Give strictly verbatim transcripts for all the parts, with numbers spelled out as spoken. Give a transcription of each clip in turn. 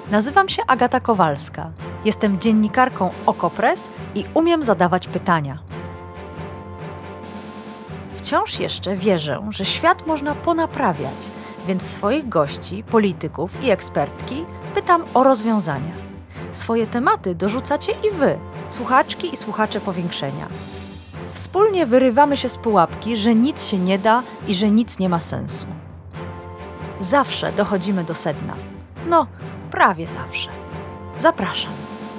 Nazywam się Agata Kowalska. Jestem dziennikarką Okopres i umiem zadawać pytania. Wciąż jeszcze wierzę, że świat można ponaprawiać, więc swoich gości, polityków i ekspertki pytam o rozwiązania. Swoje tematy dorzucacie i wy, słuchaczki i słuchacze Powiększenia. Wspólnie wyrywamy się z pułapki, że nic się nie da i że nic nie ma sensu. Zawsze dochodzimy do sedna. No, prawie zawsze. Zapraszam.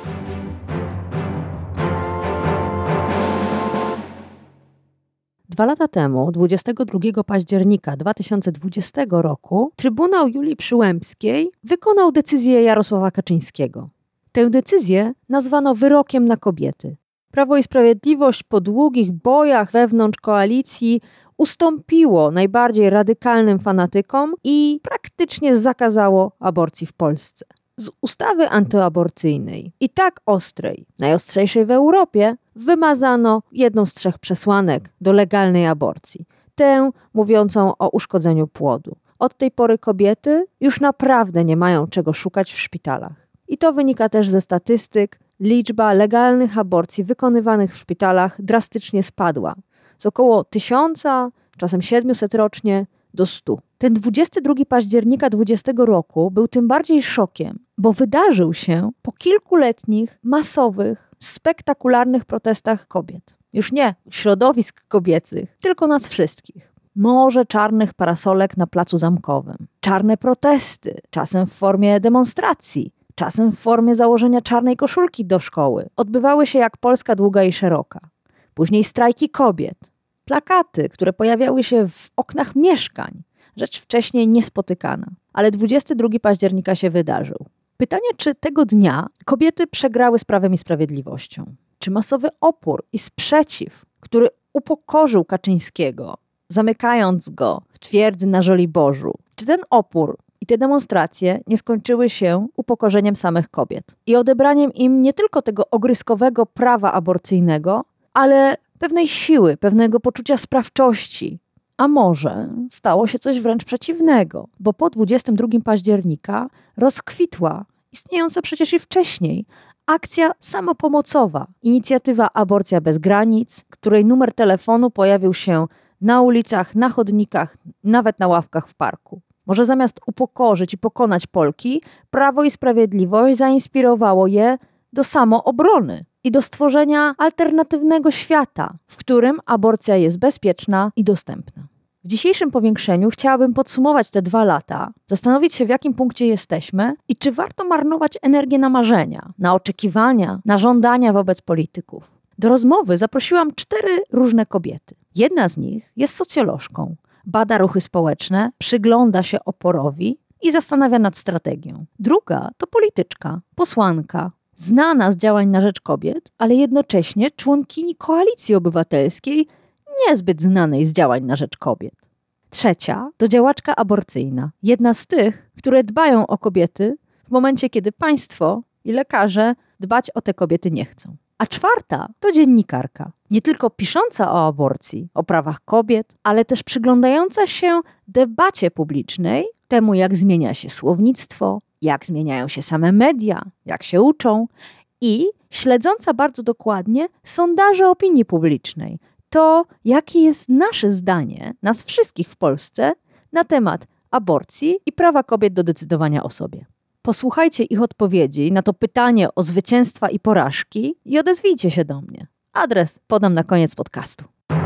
Dwa lata temu, dwudziestego drugiego października dwa tysiące dwudziestego roku, Trybunał Julii Przyłębskiej wykonał decyzję Jarosława Kaczyńskiego. Tę decyzję nazwano wyrokiem na kobiety. Prawo i Sprawiedliwość po długich bojach wewnątrz koalicji ustąpiło najbardziej radykalnym fanatykom i praktycznie zakazało aborcji w Polsce. Z ustawy antyaborcyjnej i tak ostrej, najostrzejszej w Europie, wymazano jedną z trzech przesłanek do legalnej aborcji. Tę mówiącą o uszkodzeniu płodu. Od tej pory kobiety już naprawdę nie mają czego szukać w szpitalach. I to wynika też ze statystyk. Liczba legalnych aborcji wykonywanych w szpitalach drastycznie spadła. Z około tysiąca, czasem siedmiuset rocznie, do stu. Ten dwudziestego drugiego października dwudziestego roku był tym bardziej szokiem, bo wydarzył się po kilkuletnich, masowych, spektakularnych protestach kobiet. Już nie środowisk kobiecych, tylko nas wszystkich. Morze czarnych parasolek na Placu Zamkowym. Czarne protesty, czasem w formie demonstracji, czasem w formie założenia czarnej koszulki do szkoły. Odbywały się jak Polska długa i szeroka. Później strajki kobiet. Plakaty, które pojawiały się w oknach mieszkań. Rzecz wcześniej niespotykana. Ale dwudziestego drugiego października się wydarzył. Pytanie, czy tego dnia kobiety przegrały z Prawem i Sprawiedliwością? Czy masowy opór i sprzeciw, który upokorzył Kaczyńskiego, zamykając go w twierdzy na Żoliborzu, czy ten opór i te demonstracje nie skończyły się upokorzeniem samych kobiet i odebraniem im nie tylko tego ogryskowego prawa aborcyjnego, ale pewnej siły, pewnego poczucia sprawczości. A może stało się coś wręcz przeciwnego, bo po dwudziestego drugiego października rozkwitła, istniejąca przecież i wcześniej, akcja samopomocowa, inicjatywa Aborcja bez granic, której numer telefonu pojawił się na ulicach, na chodnikach, nawet na ławkach w parku. Może zamiast upokorzyć i pokonać Polki, Prawo i Sprawiedliwość zainspirowało je do samoobrony i do stworzenia alternatywnego świata, w którym aborcja jest bezpieczna i dostępna. W dzisiejszym powiększeniu chciałabym podsumować te dwa lata, zastanowić się, w jakim punkcie jesteśmy i czy warto marnować energię na marzenia, na oczekiwania, na żądania wobec polityków. Do rozmowy zaprosiłam cztery różne kobiety. Jedna z nich jest socjolożką, bada ruchy społeczne, przygląda się oporowi i zastanawia nad strategią. Druga to polityczka, posłanka, znana z działań na rzecz kobiet, ale jednocześnie członkini Koalicji Obywatelskiej, niezbyt znanej z działań na rzecz kobiet. Trzecia to działaczka aborcyjna, jedna z tych, które dbają o kobiety w momencie, kiedy państwo i lekarze dbać o te kobiety nie chcą. A czwarta to dziennikarka, nie tylko pisząca o aborcji, o prawach kobiet, ale też przyglądająca się debacie publicznej, temu jak zmienia się słownictwo, jak zmieniają się same media, jak się uczą i śledząca bardzo dokładnie sondaże opinii publicznej. To, jakie jest nasze zdanie, nas wszystkich w Polsce, na temat aborcji i prawa kobiet do decydowania o sobie. Posłuchajcie ich odpowiedzi na to pytanie o zwycięstwa i porażki i odezwijcie się do mnie. Adres podam na koniec podcastu.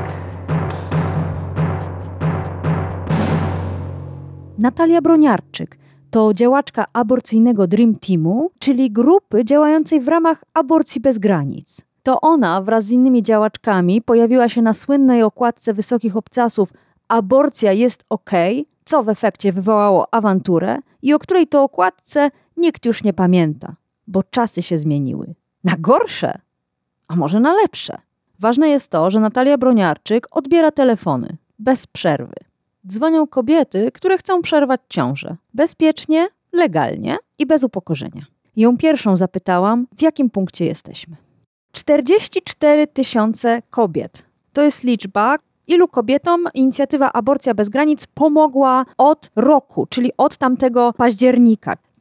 Natalia Broniarczyk to działaczka aborcyjnego Dream Teamu, czyli grupy działającej w ramach Aborcji bez granic. To ona wraz z innymi działaczkami pojawiła się na słynnej okładce Wysokich Obcasów Aborcja jest okej, co w efekcie wywołało awanturę i o której to okładce nikt już nie pamięta, bo czasy się zmieniły. Na gorsze, a może na lepsze. Ważne jest to, że Natalia Broniarczyk odbiera telefony, bez przerwy. Dzwonią kobiety, które chcą przerwać ciążę. Bezpiecznie, legalnie i bez upokorzenia. Ją pierwszą zapytałam, w jakim punkcie jesteśmy. czterdzieści cztery tysiące kobiet. To jest liczba, ilu kobietom inicjatywa Aborcja bez granic pomogła od roku, czyli od tamtego października.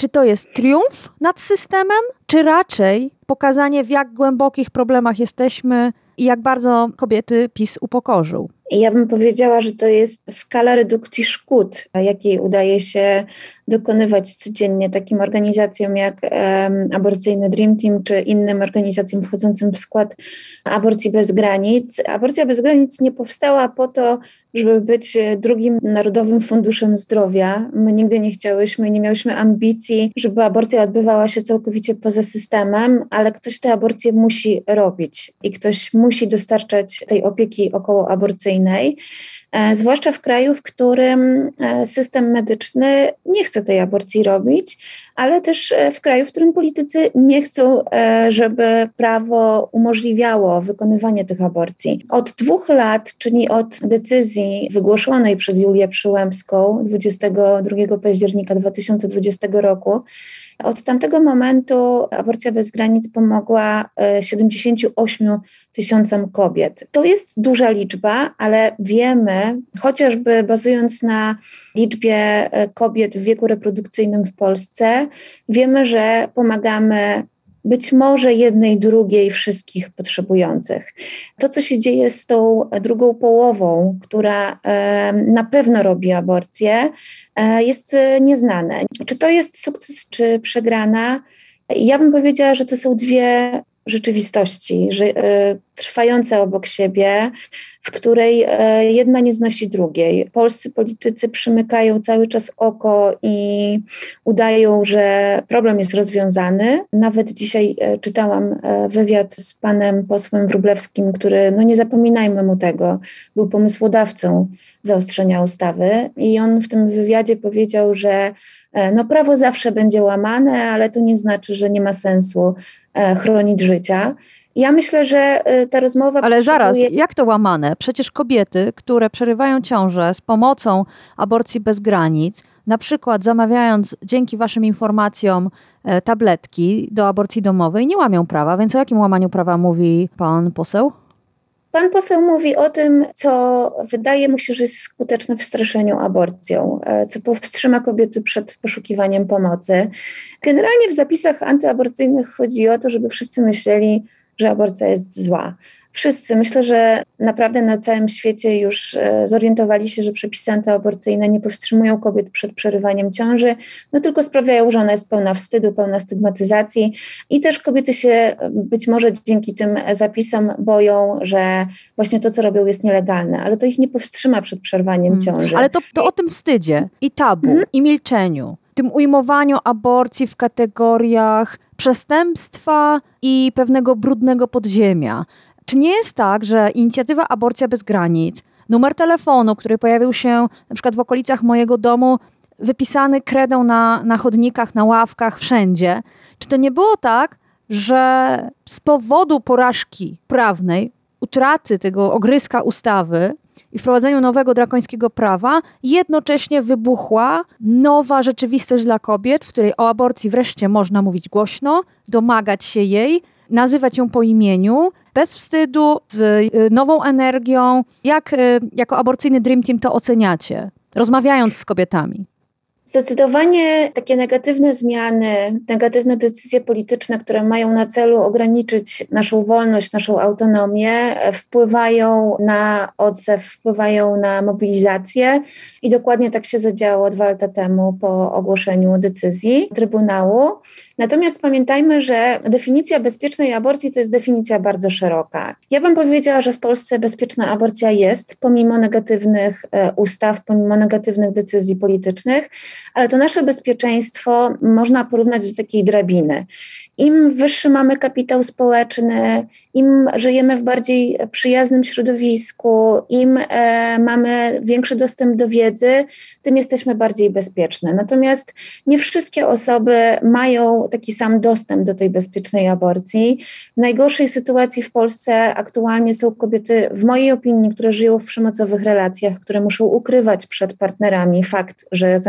Czy to jest triumf nad systemem, czy raczej pokazanie, w jak głębokich problemach jesteśmy i jak bardzo kobiety PiS upokorzył? I ja bym powiedziała, że to jest skala redukcji szkód, jakiej udaje się dokonywać codziennie takim organizacjom jak um, Aborcyjny Dream Team, czy innym organizacjom wchodzącym w skład Aborcji Bez Granic. Aborcja Bez Granic nie powstała po to, żeby być drugim Narodowym Funduszem Zdrowia. My nigdy nie chciałyśmy, nie miałyśmy ambicji, żeby aborcja odbywała się całkowicie poza systemem, ale ktoś tę aborcję musi robić i ktoś musi dostarczać tej opieki okołoaborcyjnej, e, zwłaszcza w kraju, w którym e, system medyczny nie chce tej aborcji robić, ale też e, w kraju, w którym politycy nie chcą, e, żeby prawo umożliwiało wykonywanie tych aborcji. Od dwóch lat, czyli od decyzji wygłoszonej przez Julię Przyłębską dwudziestego drugiego października dwa tysiące dwudziestego roku, od tamtego momentu Aborcja Bez Granic pomogła siedemdziesięciu ośmiu tysiącom kobiet. To jest duża liczba, ale wiemy, chociażby bazując na liczbie kobiet w wieku reprodukcyjnym w Polsce, wiemy, że pomagamy być może jednej, drugiej wszystkich potrzebujących. To, co się dzieje z tą drugą połową, która e, na pewno robi aborcję, e, jest nieznane. Czy to jest sukces, czy przegrana? Ja bym powiedziała, że to są dwie rzeczywistości, że, e, trwające obok siebie, w której e, jedna nie znosi drugiej. Polscy politycy przymykają cały czas oko i udają, że problem jest rozwiązany. Nawet dzisiaj e, czytałam e, wywiad z panem posłem Wróblewskim, który, no nie zapominajmy mu tego, był pomysłodawcą zaostrzenia ustawy i on w tym wywiadzie powiedział, że e, no prawo zawsze będzie łamane, ale to nie znaczy, że nie ma sensu e, chronić życia. Ja myślę, że ta rozmowa... Ale potrzebuje... zaraz, jak to łamane? Przecież kobiety, które przerywają ciążę z pomocą Aborcji Bez Granic, na przykład zamawiając dzięki waszym informacjom tabletki do aborcji domowej, nie łamią prawa. Więc o jakim łamaniu prawa mówi pan poseł? Pan poseł mówi o tym, co wydaje mu się, że jest skuteczne w straszeniu aborcją, co powstrzyma kobiety przed poszukiwaniem pomocy. Generalnie w zapisach antyaborcyjnych chodzi o to, żeby wszyscy myśleli, że aborcja jest zła. Wszyscy, myślę, że naprawdę na całym świecie już zorientowali się, że przepisy antyaborcyjne nie powstrzymują kobiet przed przerywaniem ciąży, no tylko sprawiają, że ona jest pełna wstydu, pełna stygmatyzacji i też kobiety się być może dzięki tym zapisom boją, że właśnie to, co robią, jest nielegalne, ale to ich nie powstrzyma przed przerwaniem hmm. ciąży. Ale to, to o tym wstydzie i tabu, hmm. i milczeniu, tym ujmowaniu aborcji w kategoriach przestępstwa i pewnego brudnego podziemia. Czy nie jest tak, że inicjatywa Aborcja Bez Granic, numer telefonu, który pojawił się na przykład w okolicach mojego domu, wypisany kredą na, na chodnikach, na ławkach, wszędzie, czy to nie było tak, że z powodu porażki prawnej, utraty tego ogryska ustawy i wprowadzeniu nowego drakońskiego prawa, jednocześnie wybuchła nowa rzeczywistość dla kobiet, w której o aborcji wreszcie można mówić głośno, domagać się jej, nazywać ją po imieniu, bez wstydu, z nową energią. Jak jako Aborcyjny Dream Team to oceniacie, rozmawiając z kobietami? Zdecydowanie takie negatywne zmiany, negatywne decyzje polityczne, które mają na celu ograniczyć naszą wolność, naszą autonomię, wpływają na odzew, wpływają na mobilizację i dokładnie tak się zadziało dwa lata temu po ogłoszeniu decyzji Trybunału. Natomiast pamiętajmy, że definicja bezpiecznej aborcji to jest definicja bardzo szeroka. Ja bym powiedziała, że w Polsce bezpieczna aborcja jest, pomimo negatywnych ustaw, pomimo negatywnych decyzji politycznych, ale to nasze bezpieczeństwo można porównać do takiej drabiny. Im wyższy mamy kapitał społeczny, im żyjemy w bardziej przyjaznym środowisku, im e, mamy większy dostęp do wiedzy, tym jesteśmy bardziej bezpieczne. Natomiast nie wszystkie osoby mają taki sam dostęp do tej bezpiecznej aborcji. W najgorszej sytuacji w Polsce aktualnie są kobiety, w mojej opinii, które żyją w przemocowych relacjach, które muszą ukrywać przed partnerami fakt, że zamierzają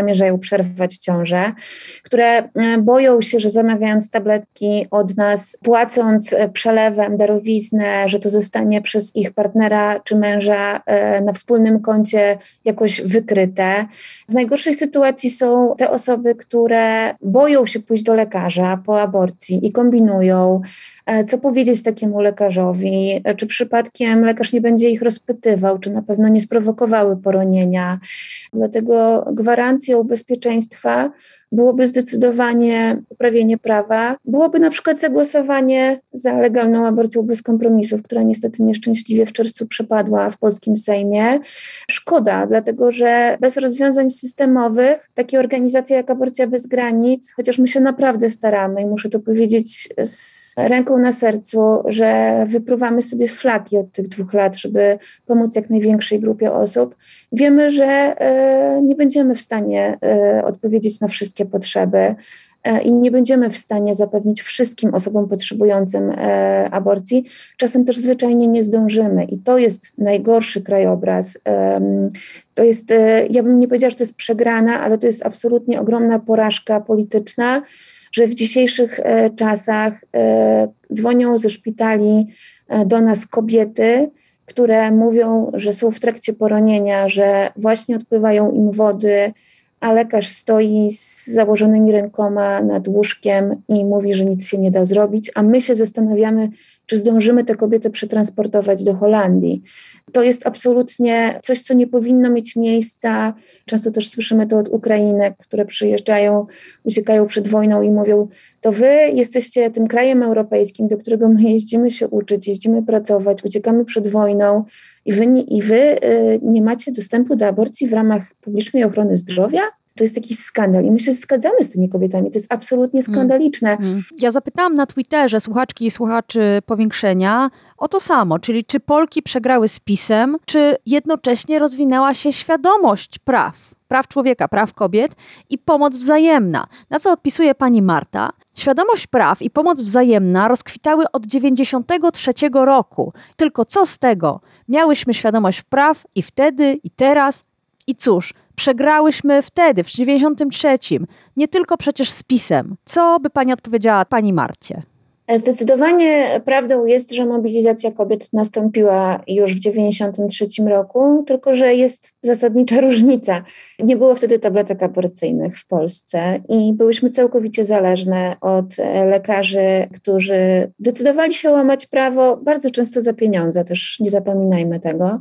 przerwać ciążę, które boją się, że zamawiając tabletki od nas, płacąc przelewem darowiznę, że to zostanie przez ich partnera czy męża na wspólnym koncie jakoś wykryte. W najgorszej sytuacji są te osoby, które boją się pójść do lekarza po aborcji i kombinują, co powiedzieć takiemu lekarzowi, czy przypadkiem lekarz nie będzie ich rozpytywał, czy na pewno nie sprowokowały poronienia. Dlatego gwarancją bezpieczeństwa byłoby zdecydowanie poprawienie prawa, byłoby na przykład zagłosowanie za legalną aborcją bez kompromisów, która niestety nieszczęśliwie w czerwcu przepadła w polskim Sejmie. Szkoda, dlatego że bez rozwiązań systemowych takie organizacje jak Aborcja Bez Granic, chociaż my się naprawdę staramy i muszę to powiedzieć z ręką na sercu, że wypruwamy sobie flaki od tych dwóch lat, żeby pomóc jak największej grupie osób. Wiemy, że e, nie będziemy w stanie e, odpowiedzieć na wszystkie potrzeby i nie będziemy w stanie zapewnić wszystkim osobom potrzebującym e, aborcji. Czasem też zwyczajnie nie zdążymy i to jest najgorszy krajobraz. E, to jest, e, ja bym nie powiedziała, że to jest przegrana, ale to jest absolutnie ogromna porażka polityczna, że w dzisiejszych e, czasach e, dzwonią ze szpitali e, do nas kobiety, które mówią, że są w trakcie poronienia, że właśnie odpływają im wody, a lekarz stoi z założonymi rękoma nad łóżkiem i mówi, że nic się nie da zrobić, a my się zastanawiamy, czy zdążymy tę kobietę przetransportować do Holandii. To jest absolutnie coś, co nie powinno mieć miejsca. Często też słyszymy to od Ukrainek, które przyjeżdżają, uciekają przed wojną i mówią, to wy jesteście tym krajem europejskim, do którego my jeździmy się uczyć, jeździmy pracować, uciekamy przed wojną i wy, i wy y, nie macie dostępu do aborcji w ramach publicznej ochrony zdrowia? To jest jakiś skandal i my się zgadzamy z tymi kobietami. To jest absolutnie skandaliczne. Mm. Mm. Ja zapytałam na Twitterze słuchaczki i słuchaczy Powiększenia o to samo, czyli czy Polki przegrały z PiS-em, czy jednocześnie rozwinęła się świadomość praw, praw człowieka, praw kobiet i pomoc wzajemna. Na co odpisuje pani Marta? Świadomość praw i pomoc wzajemna rozkwitały od dziewięćdziesiątego trzeciego roku. Tylko co z tego? Miałyśmy świadomość praw i wtedy, i teraz. I cóż, przegrałyśmy wtedy, w dziewięćdziesiątym trzecim. Nie tylko przecież z PiS-em. Co by pani odpowiedziała pani Marcie? Zdecydowanie prawdą jest, że mobilizacja kobiet nastąpiła już w dziewięćdziesiątym trzecim roku, tylko że jest zasadnicza różnica. Nie było wtedy tabletek aborcyjnych w Polsce i byłyśmy całkowicie zależne od lekarzy, którzy decydowali się łamać prawo, bardzo często za pieniądze, też nie zapominajmy tego.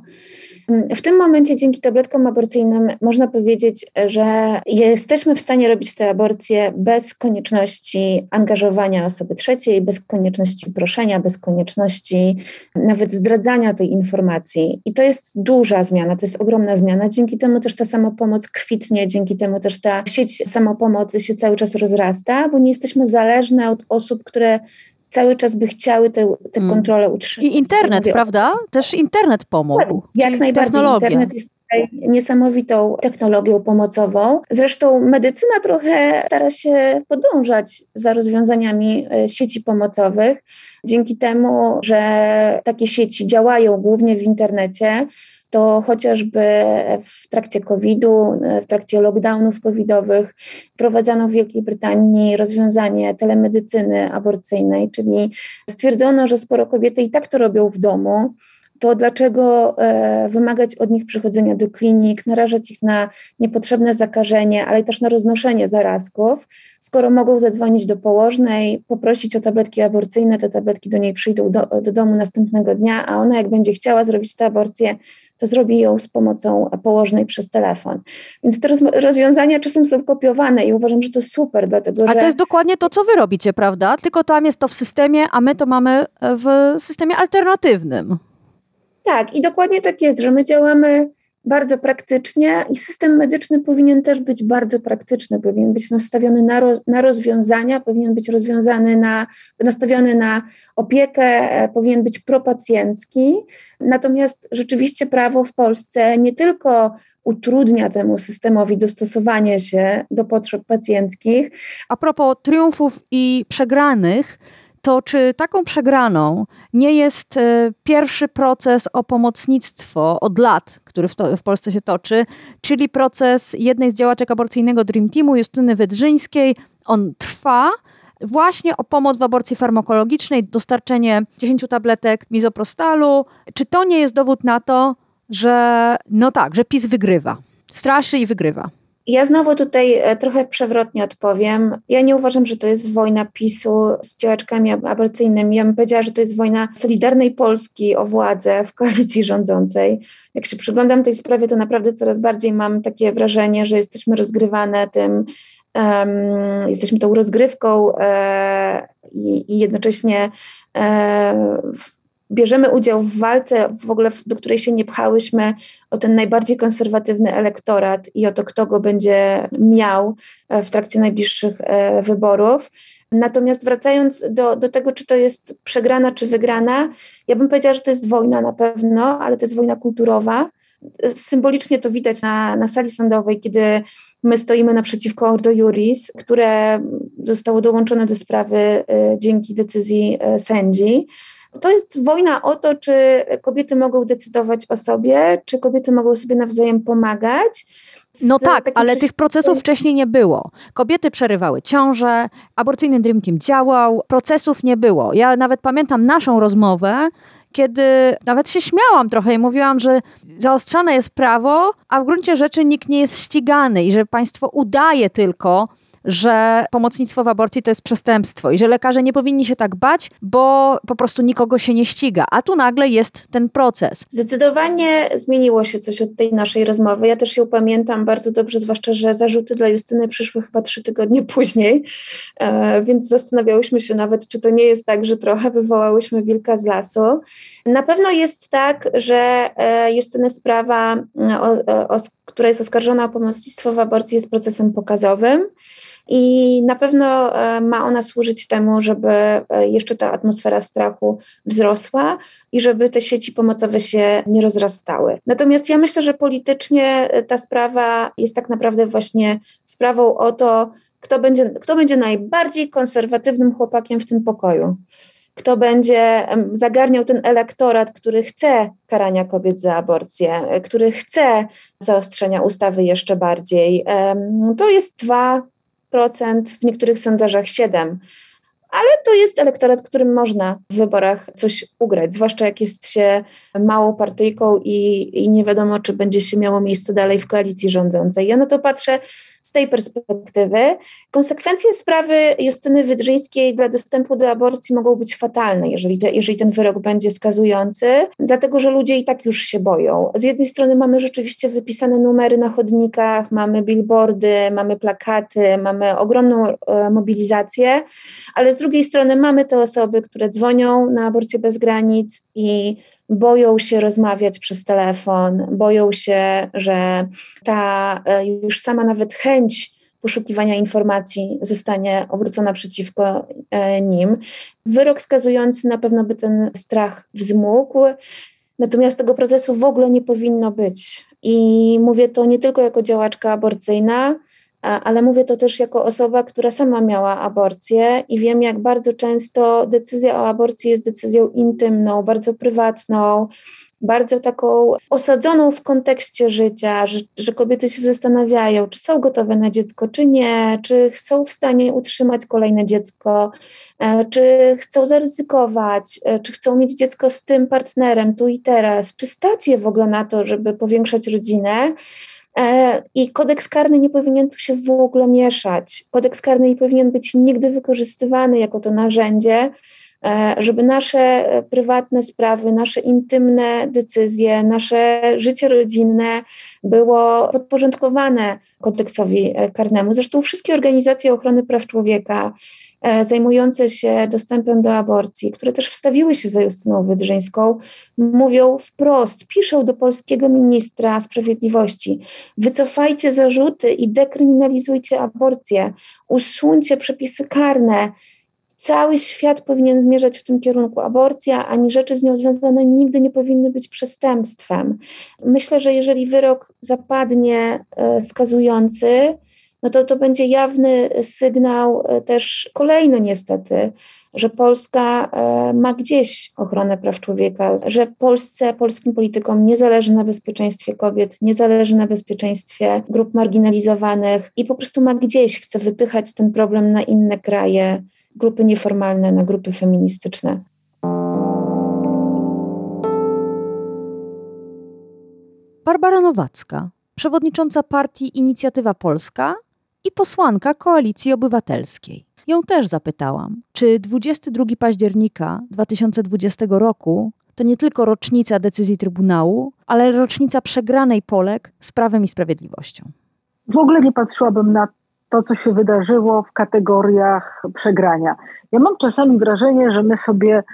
W tym momencie dzięki tabletkom aborcyjnym można powiedzieć, że jesteśmy w stanie robić te aborcje bez konieczności angażowania osoby trzeciej, bez konieczności proszenia, bez konieczności nawet zdradzania tej informacji. I to jest duża zmiana, to jest ogromna zmiana. Dzięki temu też ta samopomoc kwitnie, dzięki temu też ta sieć samopomocy się cały czas rozrasta, bo nie jesteśmy zależne od osób, które cały czas by chciały tę kontrolę utrzymać. I internet, prawda? Też internet pomógł. Jak najbardziej. Technologia. Internet jest tutaj niesamowitą technologią pomocową. Zresztą medycyna trochę stara się podążać za rozwiązaniami sieci pomocowych. Dzięki temu, że takie sieci działają głównie w internecie, to chociażby w trakcie kowida, w trakcie lockdownów covidowych wprowadzano w Wielkiej Brytanii rozwiązanie telemedycyny aborcyjnej, czyli stwierdzono, że skoro kobiety i tak to robią w domu, to dlaczego e, wymagać od nich przychodzenia do klinik, narażać ich na niepotrzebne zakażenie, ale też na roznoszenie zarazków, skoro mogą zadzwonić do położnej, poprosić o tabletki aborcyjne, te tabletki do niej przyjdą do, do domu następnego dnia, a ona jak będzie chciała zrobić tę aborcję, to zrobi ją z pomocą położnej przez telefon. Więc te roz- rozwiązania czasem są kopiowane i uważam, że to super, dlatego że... A że... to jest dokładnie to, co wy robicie, prawda? Tylko tam jest to w systemie, a my to mamy w systemie alternatywnym. Tak, i dokładnie tak jest, że my działamy bardzo praktycznie i system medyczny powinien też być bardzo praktyczny, powinien być nastawiony na, roz, na rozwiązania, powinien być rozwiązany na, nastawiony na opiekę, powinien być propacjencki. Natomiast rzeczywiście prawo w Polsce nie tylko utrudnia temu systemowi dostosowanie się do potrzeb pacjenckich. A propos triumfów i przegranych, to czy taką przegraną nie jest pierwszy proces o pomocnictwo od lat, który w, to, w Polsce się toczy, czyli proces jednej z działaczek aborcyjnego Dream Teamu, Justyny Wydrzyńskiej. On trwa właśnie o pomoc w aborcji farmakologicznej, dostarczenie dziesięciu tabletek misoprostalu. Czy to nie jest dowód na to, że no tak, że PiS wygrywa, straszy i wygrywa? Ja znowu tutaj trochę przewrotnie odpowiem. Ja nie uważam, że to jest wojna PiSu z działaczkami aborcyjnymi. Ja bym powiedziała, że to jest wojna Solidarnej Polski o władzę w koalicji rządzącej. Jak się przyglądam tej sprawie, to naprawdę coraz bardziej mam takie wrażenie, że jesteśmy rozgrywane tym, um, jesteśmy tą rozgrywką e, i, i jednocześnie e, bierzemy udział w walce, w ogóle do której się nie pchałyśmy, o ten najbardziej konserwatywny elektorat i o to, kto go będzie miał w trakcie najbliższych wyborów. Natomiast wracając do, do tego, czy to jest przegrana, czy wygrana, ja bym powiedziała, że to jest wojna na pewno, ale to jest wojna kulturowa. Symbolicznie to widać na, na sali sądowej, kiedy my stoimy naprzeciwko Ordo Iuris, które zostało dołączone do sprawy y, dzięki decyzji y, sędzi. To jest wojna o to, czy kobiety mogą decydować o sobie, czy kobiety mogą sobie nawzajem pomagać. No tak, ale tych procesów wcześniej nie było. Kobiety przerywały ciążę, aborcyjny Dream Team działał, procesów nie było. Ja nawet pamiętam naszą rozmowę, kiedy nawet się śmiałam trochę i mówiłam, że zaostrzane jest prawo, a w gruncie rzeczy nikt nie jest ścigany i że państwo udaje tylko, że pomocnictwo w aborcji to jest przestępstwo i że lekarze nie powinni się tak bać, bo po prostu nikogo się nie ściga. A tu nagle jest ten proces. Zdecydowanie zmieniło się coś od tej naszej rozmowy. Ja też ją pamiętam bardzo dobrze, zwłaszcza, że zarzuty dla Justyny przyszły chyba trzy tygodnie później, e, więc zastanawiałyśmy się nawet, czy to nie jest tak, że trochę wywołałyśmy wilka z lasu. Na pewno jest tak, że e, Justyny sprawa, o, o, która jest oskarżona o pomocnictwo w aborcji, jest procesem pokazowym. I na pewno ma ona służyć temu, żeby jeszcze ta atmosfera strachu wzrosła i żeby te sieci pomocowe się nie rozrastały. Natomiast ja myślę, że politycznie ta sprawa jest tak naprawdę właśnie sprawą o to, kto będzie, kto będzie najbardziej konserwatywnym chłopakiem w tym pokoju. Kto będzie zagarniał ten elektorat, który chce karania kobiet za aborcję, który chce zaostrzenia ustawy jeszcze bardziej. To jest dwa procent, w niektórych sondażach siedem procent. Ale to jest elektorat, którym można w wyborach coś ugrać, zwłaszcza jak jest się małą partyjką i, i nie wiadomo, czy będzie się miało miejsce dalej w koalicji rządzącej. Ja na to patrzę z tej perspektywy. Konsekwencje sprawy Justyny Wydrzyńskiej dla dostępu do aborcji mogą być fatalne, jeżeli, te, jeżeli ten wyrok będzie skazujący, dlatego że ludzie i tak już się boją. Z jednej strony mamy rzeczywiście wypisane numery na chodnikach, mamy billboardy, mamy plakaty, mamy ogromną e, mobilizację, ale z drugiej strony mamy te osoby, które dzwonią na Aborcję Bez Granic i boją się rozmawiać przez telefon, boją się, że ta już sama nawet chęć poszukiwania informacji zostanie obrócona przeciwko nim. Wyrok skazujący na pewno by ten strach wzmógł, natomiast tego procesu w ogóle nie powinno być. I mówię to nie tylko jako działaczka aborcyjna, ale mówię to też jako osoba, która sama miała aborcję i wiem, jak bardzo często decyzja o aborcji jest decyzją intymną, bardzo prywatną, bardzo taką osadzoną w kontekście życia, że, że kobiety się zastanawiają, czy są gotowe na dziecko, czy nie, czy są w stanie utrzymać kolejne dziecko, czy chcą zaryzykować, czy chcą mieć dziecko z tym partnerem tu i teraz, czy stać je w ogóle na to, żeby powiększać rodzinę. I kodeks karny nie powinien tu się w ogóle mieszać. Kodeks karny nie powinien być nigdy wykorzystywany jako to narzędzie, żeby nasze prywatne sprawy, nasze intymne decyzje, nasze życie rodzinne było podporządkowane kodeksowi karnemu. Zresztą wszystkie organizacje ochrony praw człowieka zajmujące się dostępem do aborcji, które też wstawiły się za Justyną Wydrzyńską, mówią wprost, piszą do polskiego ministra sprawiedliwości: wycofajcie zarzuty i dekryminalizujcie aborcję, usuńcie przepisy karne. Cały świat powinien zmierzać w tym kierunku. Aborcja ani rzeczy z nią związane nigdy nie powinny być przestępstwem. Myślę, że jeżeli wyrok zapadnie skazujący, no to to będzie jawny sygnał też kolejny niestety, że Polska ma gdzieś ochronę praw człowieka, że Polsce, polskim politykom nie zależy na bezpieczeństwie kobiet, nie zależy na bezpieczeństwie grup marginalizowanych i po prostu ma gdzieś, chce wypychać ten problem na inne kraje, grupy nieformalne, na grupy feministyczne. Barbara Nowacka, przewodnicząca partii Inicjatywa Polska i posłanka Koalicji Obywatelskiej. Ją też zapytałam, czy dwudziestego drugiego października dwa tysiące dwudziestego roku to nie tylko rocznica decyzji Trybunału, ale rocznica przegranej Polek z Prawem i Sprawiedliwością. W ogóle nie patrzyłabym na to, co się wydarzyło w kategoriach przegrania. Ja mam czasami wrażenie, że my sobie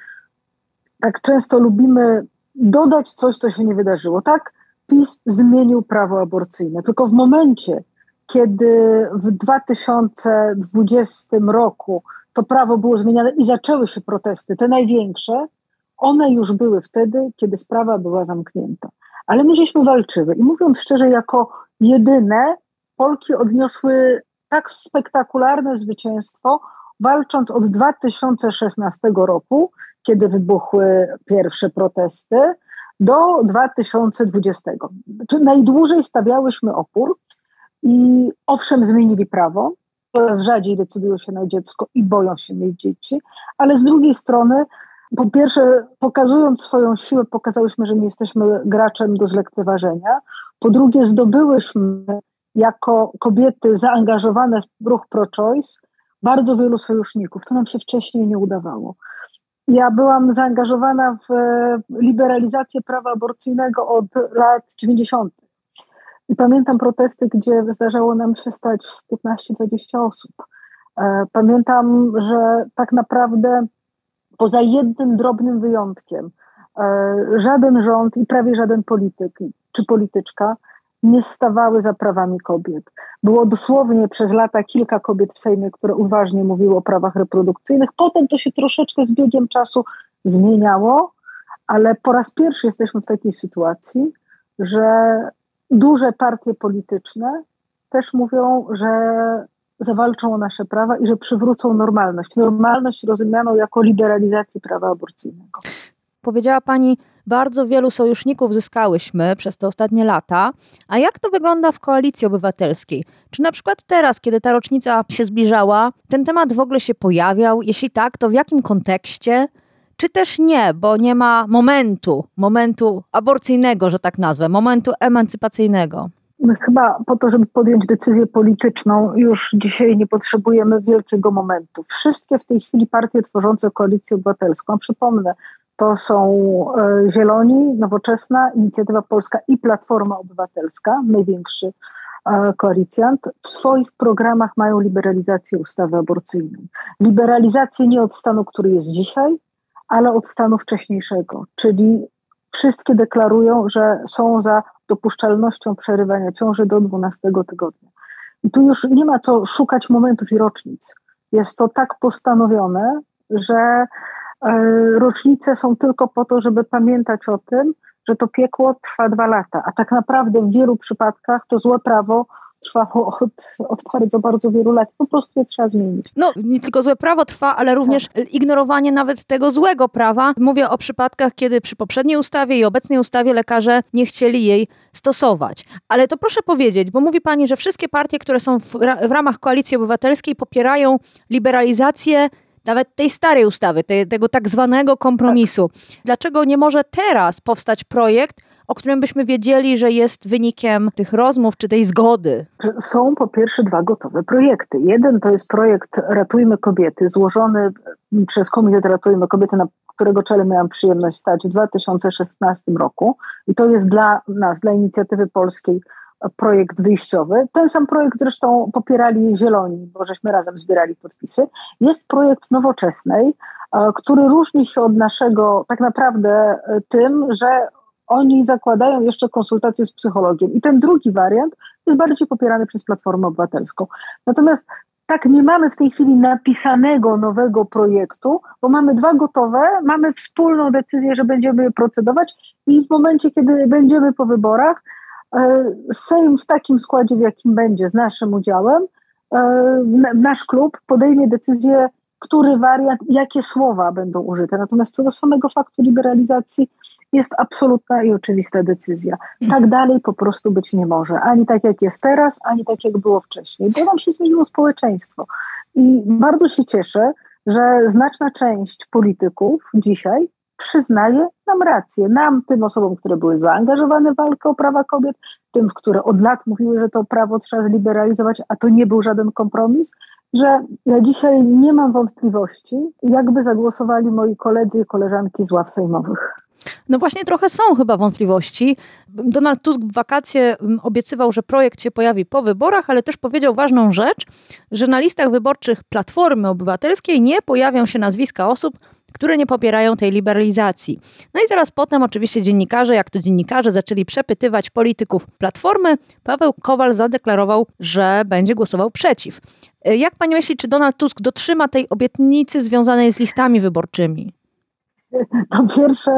tak często lubimy dodać coś, co się nie wydarzyło. Tak, PiS zmienił prawo aborcyjne, tylko w momencie, kiedy w dwa tysiące dwudziestym roku to prawo było zmieniane i zaczęły się protesty, te największe, one już były wtedy, kiedy sprawa była zamknięta. Ale my żeśmy walczyły i mówiąc szczerze, jako jedyne Polki odniosły tak spektakularne zwycięstwo, walcząc od dwa tysiące szesnastego roku, kiedy wybuchły pierwsze protesty, do dwa tysiące dwudziestego. Czyli najdłużej stawiałyśmy opór i owszem zmienili prawo, coraz rzadziej decydują się na dziecko i boją się mieć dzieci, ale z drugiej strony po pierwsze pokazując swoją siłę pokazałyśmy, że nie jesteśmy graczem do zlekceważenia, po drugie zdobyłyśmy jako kobiety zaangażowane w ruch pro-choice bardzo wielu sojuszników. To nam się wcześniej nie udawało. Ja byłam zaangażowana w liberalizację prawa aborcyjnego od lat dziewięćdziesiątych. I pamiętam protesty, gdzie zdarzało nam się stać piętnaście dwadzieścia osób. Pamiętam, że tak naprawdę poza jednym drobnym wyjątkiem żaden rząd i prawie żaden polityk czy polityczka nie stawały za prawami kobiet. Było dosłownie przez lata kilka kobiet w Sejmie, które uważnie mówiły o prawach reprodukcyjnych. Potem to się troszeczkę z biegiem czasu zmieniało, ale po raz pierwszy jesteśmy w takiej sytuacji, że duże partie polityczne też mówią, że zawalczą o nasze prawa i że przywrócą normalność. Normalność rozumianą jako liberalizację prawa aborcyjnego. Powiedziała Pani, bardzo wielu sojuszników zyskałyśmy przez te ostatnie lata. A jak to wygląda w Koalicji Obywatelskiej? Czy na przykład teraz, kiedy ta rocznica się zbliżała, ten temat w ogóle się pojawiał? Jeśli tak, to w jakim kontekście? Czy też nie, bo nie ma momentu, momentu aborcyjnego, że tak nazwę, momentu emancypacyjnego? My chyba po to, żeby podjąć decyzję polityczną, już dzisiaj nie potrzebujemy wielkiego momentu. Wszystkie w tej chwili partie tworzące Koalicję Obywatelską, a przypomnę, to są e, Zieloni, Nowoczesna, Inicjatywa Polska i Platforma Obywatelska, największy e, koalicjant, w swoich programach mają liberalizację ustawy aborcyjnej. Liberalizację nie od stanu, który jest dzisiaj, ale od stanu wcześniejszego, czyli wszystkie deklarują, że są za dopuszczalnością przerywania ciąży do dwunastego tygodnia. I tu już nie ma co szukać momentów i rocznic. Jest to tak postanowione, że rocznice są tylko po to, żeby pamiętać o tym, że to piekło trwa dwa lata, a tak naprawdę w wielu przypadkach to złe prawo trwało od, od bardzo, bardzo wielu lat. Po prostu je trzeba zmienić. No, nie tylko złe prawo trwa, ale również tak. Ignorowanie nawet tego złego prawa. Mówię o przypadkach, kiedy przy poprzedniej ustawie i obecnej ustawie lekarze nie chcieli jej stosować. Ale to proszę powiedzieć, bo mówi Pani, że wszystkie partie, które są w, w ramach Koalicji Obywatelskiej popierają liberalizację nawet tej starej ustawy, tej, tego tak zwanego kompromisu. Tak. Dlaczego nie może teraz powstać projekt, o którym byśmy wiedzieli, że jest wynikiem tych rozmów czy tej zgody? Są po pierwsze dwa gotowe projekty. Jeden to jest projekt Ratujmy Kobiety, złożony przez Komitet Ratujmy Kobiety, na którego czele miałam przyjemność stać w dwa tysiące szesnastym roku. I to jest dla nas, dla Inicjatywy Polskiej, projekt wyjściowy. Ten sam projekt zresztą popierali Zieloni, bo żeśmy razem zbierali podpisy. Jest projekt Nowoczesnej, który różni się od naszego tak naprawdę tym, że oni zakładają jeszcze konsultacje z psychologiem. I ten drugi wariant jest bardziej popierany przez Platformę Obywatelską. Natomiast tak nie mamy w tej chwili napisanego nowego projektu, bo mamy dwa gotowe, mamy wspólną decyzję, że będziemy procedować i w momencie, kiedy będziemy po wyborach, Sejm w takim składzie, w jakim będzie, z naszym udziałem, nasz klub podejmie decyzję, który wariant, jakie słowa będą użyte. Natomiast co do samego faktu liberalizacji jest absolutna i oczywista decyzja. Tak dalej po prostu być nie może. Ani tak jak jest teraz, ani tak jak było wcześniej. Bo nam się zmieniło społeczeństwo. I bardzo się cieszę, że znaczna część polityków dzisiaj przyznaje nam rację. Nam, tym osobom, które były zaangażowane w walkę o prawa kobiet, tym, które od lat mówiły, że to prawo trzeba zliberalizować, a to nie był żaden kompromis, że ja dzisiaj nie mam wątpliwości, jakby zagłosowali moi koledzy i koleżanki z ław sejmowych. No właśnie trochę są chyba wątpliwości. Donald Tusk w wakacje obiecywał, że projekt się pojawi po wyborach, ale też powiedział ważną rzecz, że na listach wyborczych Platformy Obywatelskiej nie pojawią się nazwiska osób, które nie popierają tej liberalizacji. No i zaraz potem oczywiście dziennikarze, jak to dziennikarze, zaczęli przepytywać polityków Platformy. Paweł Kowal zadeklarował, że będzie głosował przeciw. Jak pani myśli, czy Donald Tusk dotrzyma tej obietnicy związanej z listami wyborczymi? Po pierwsze,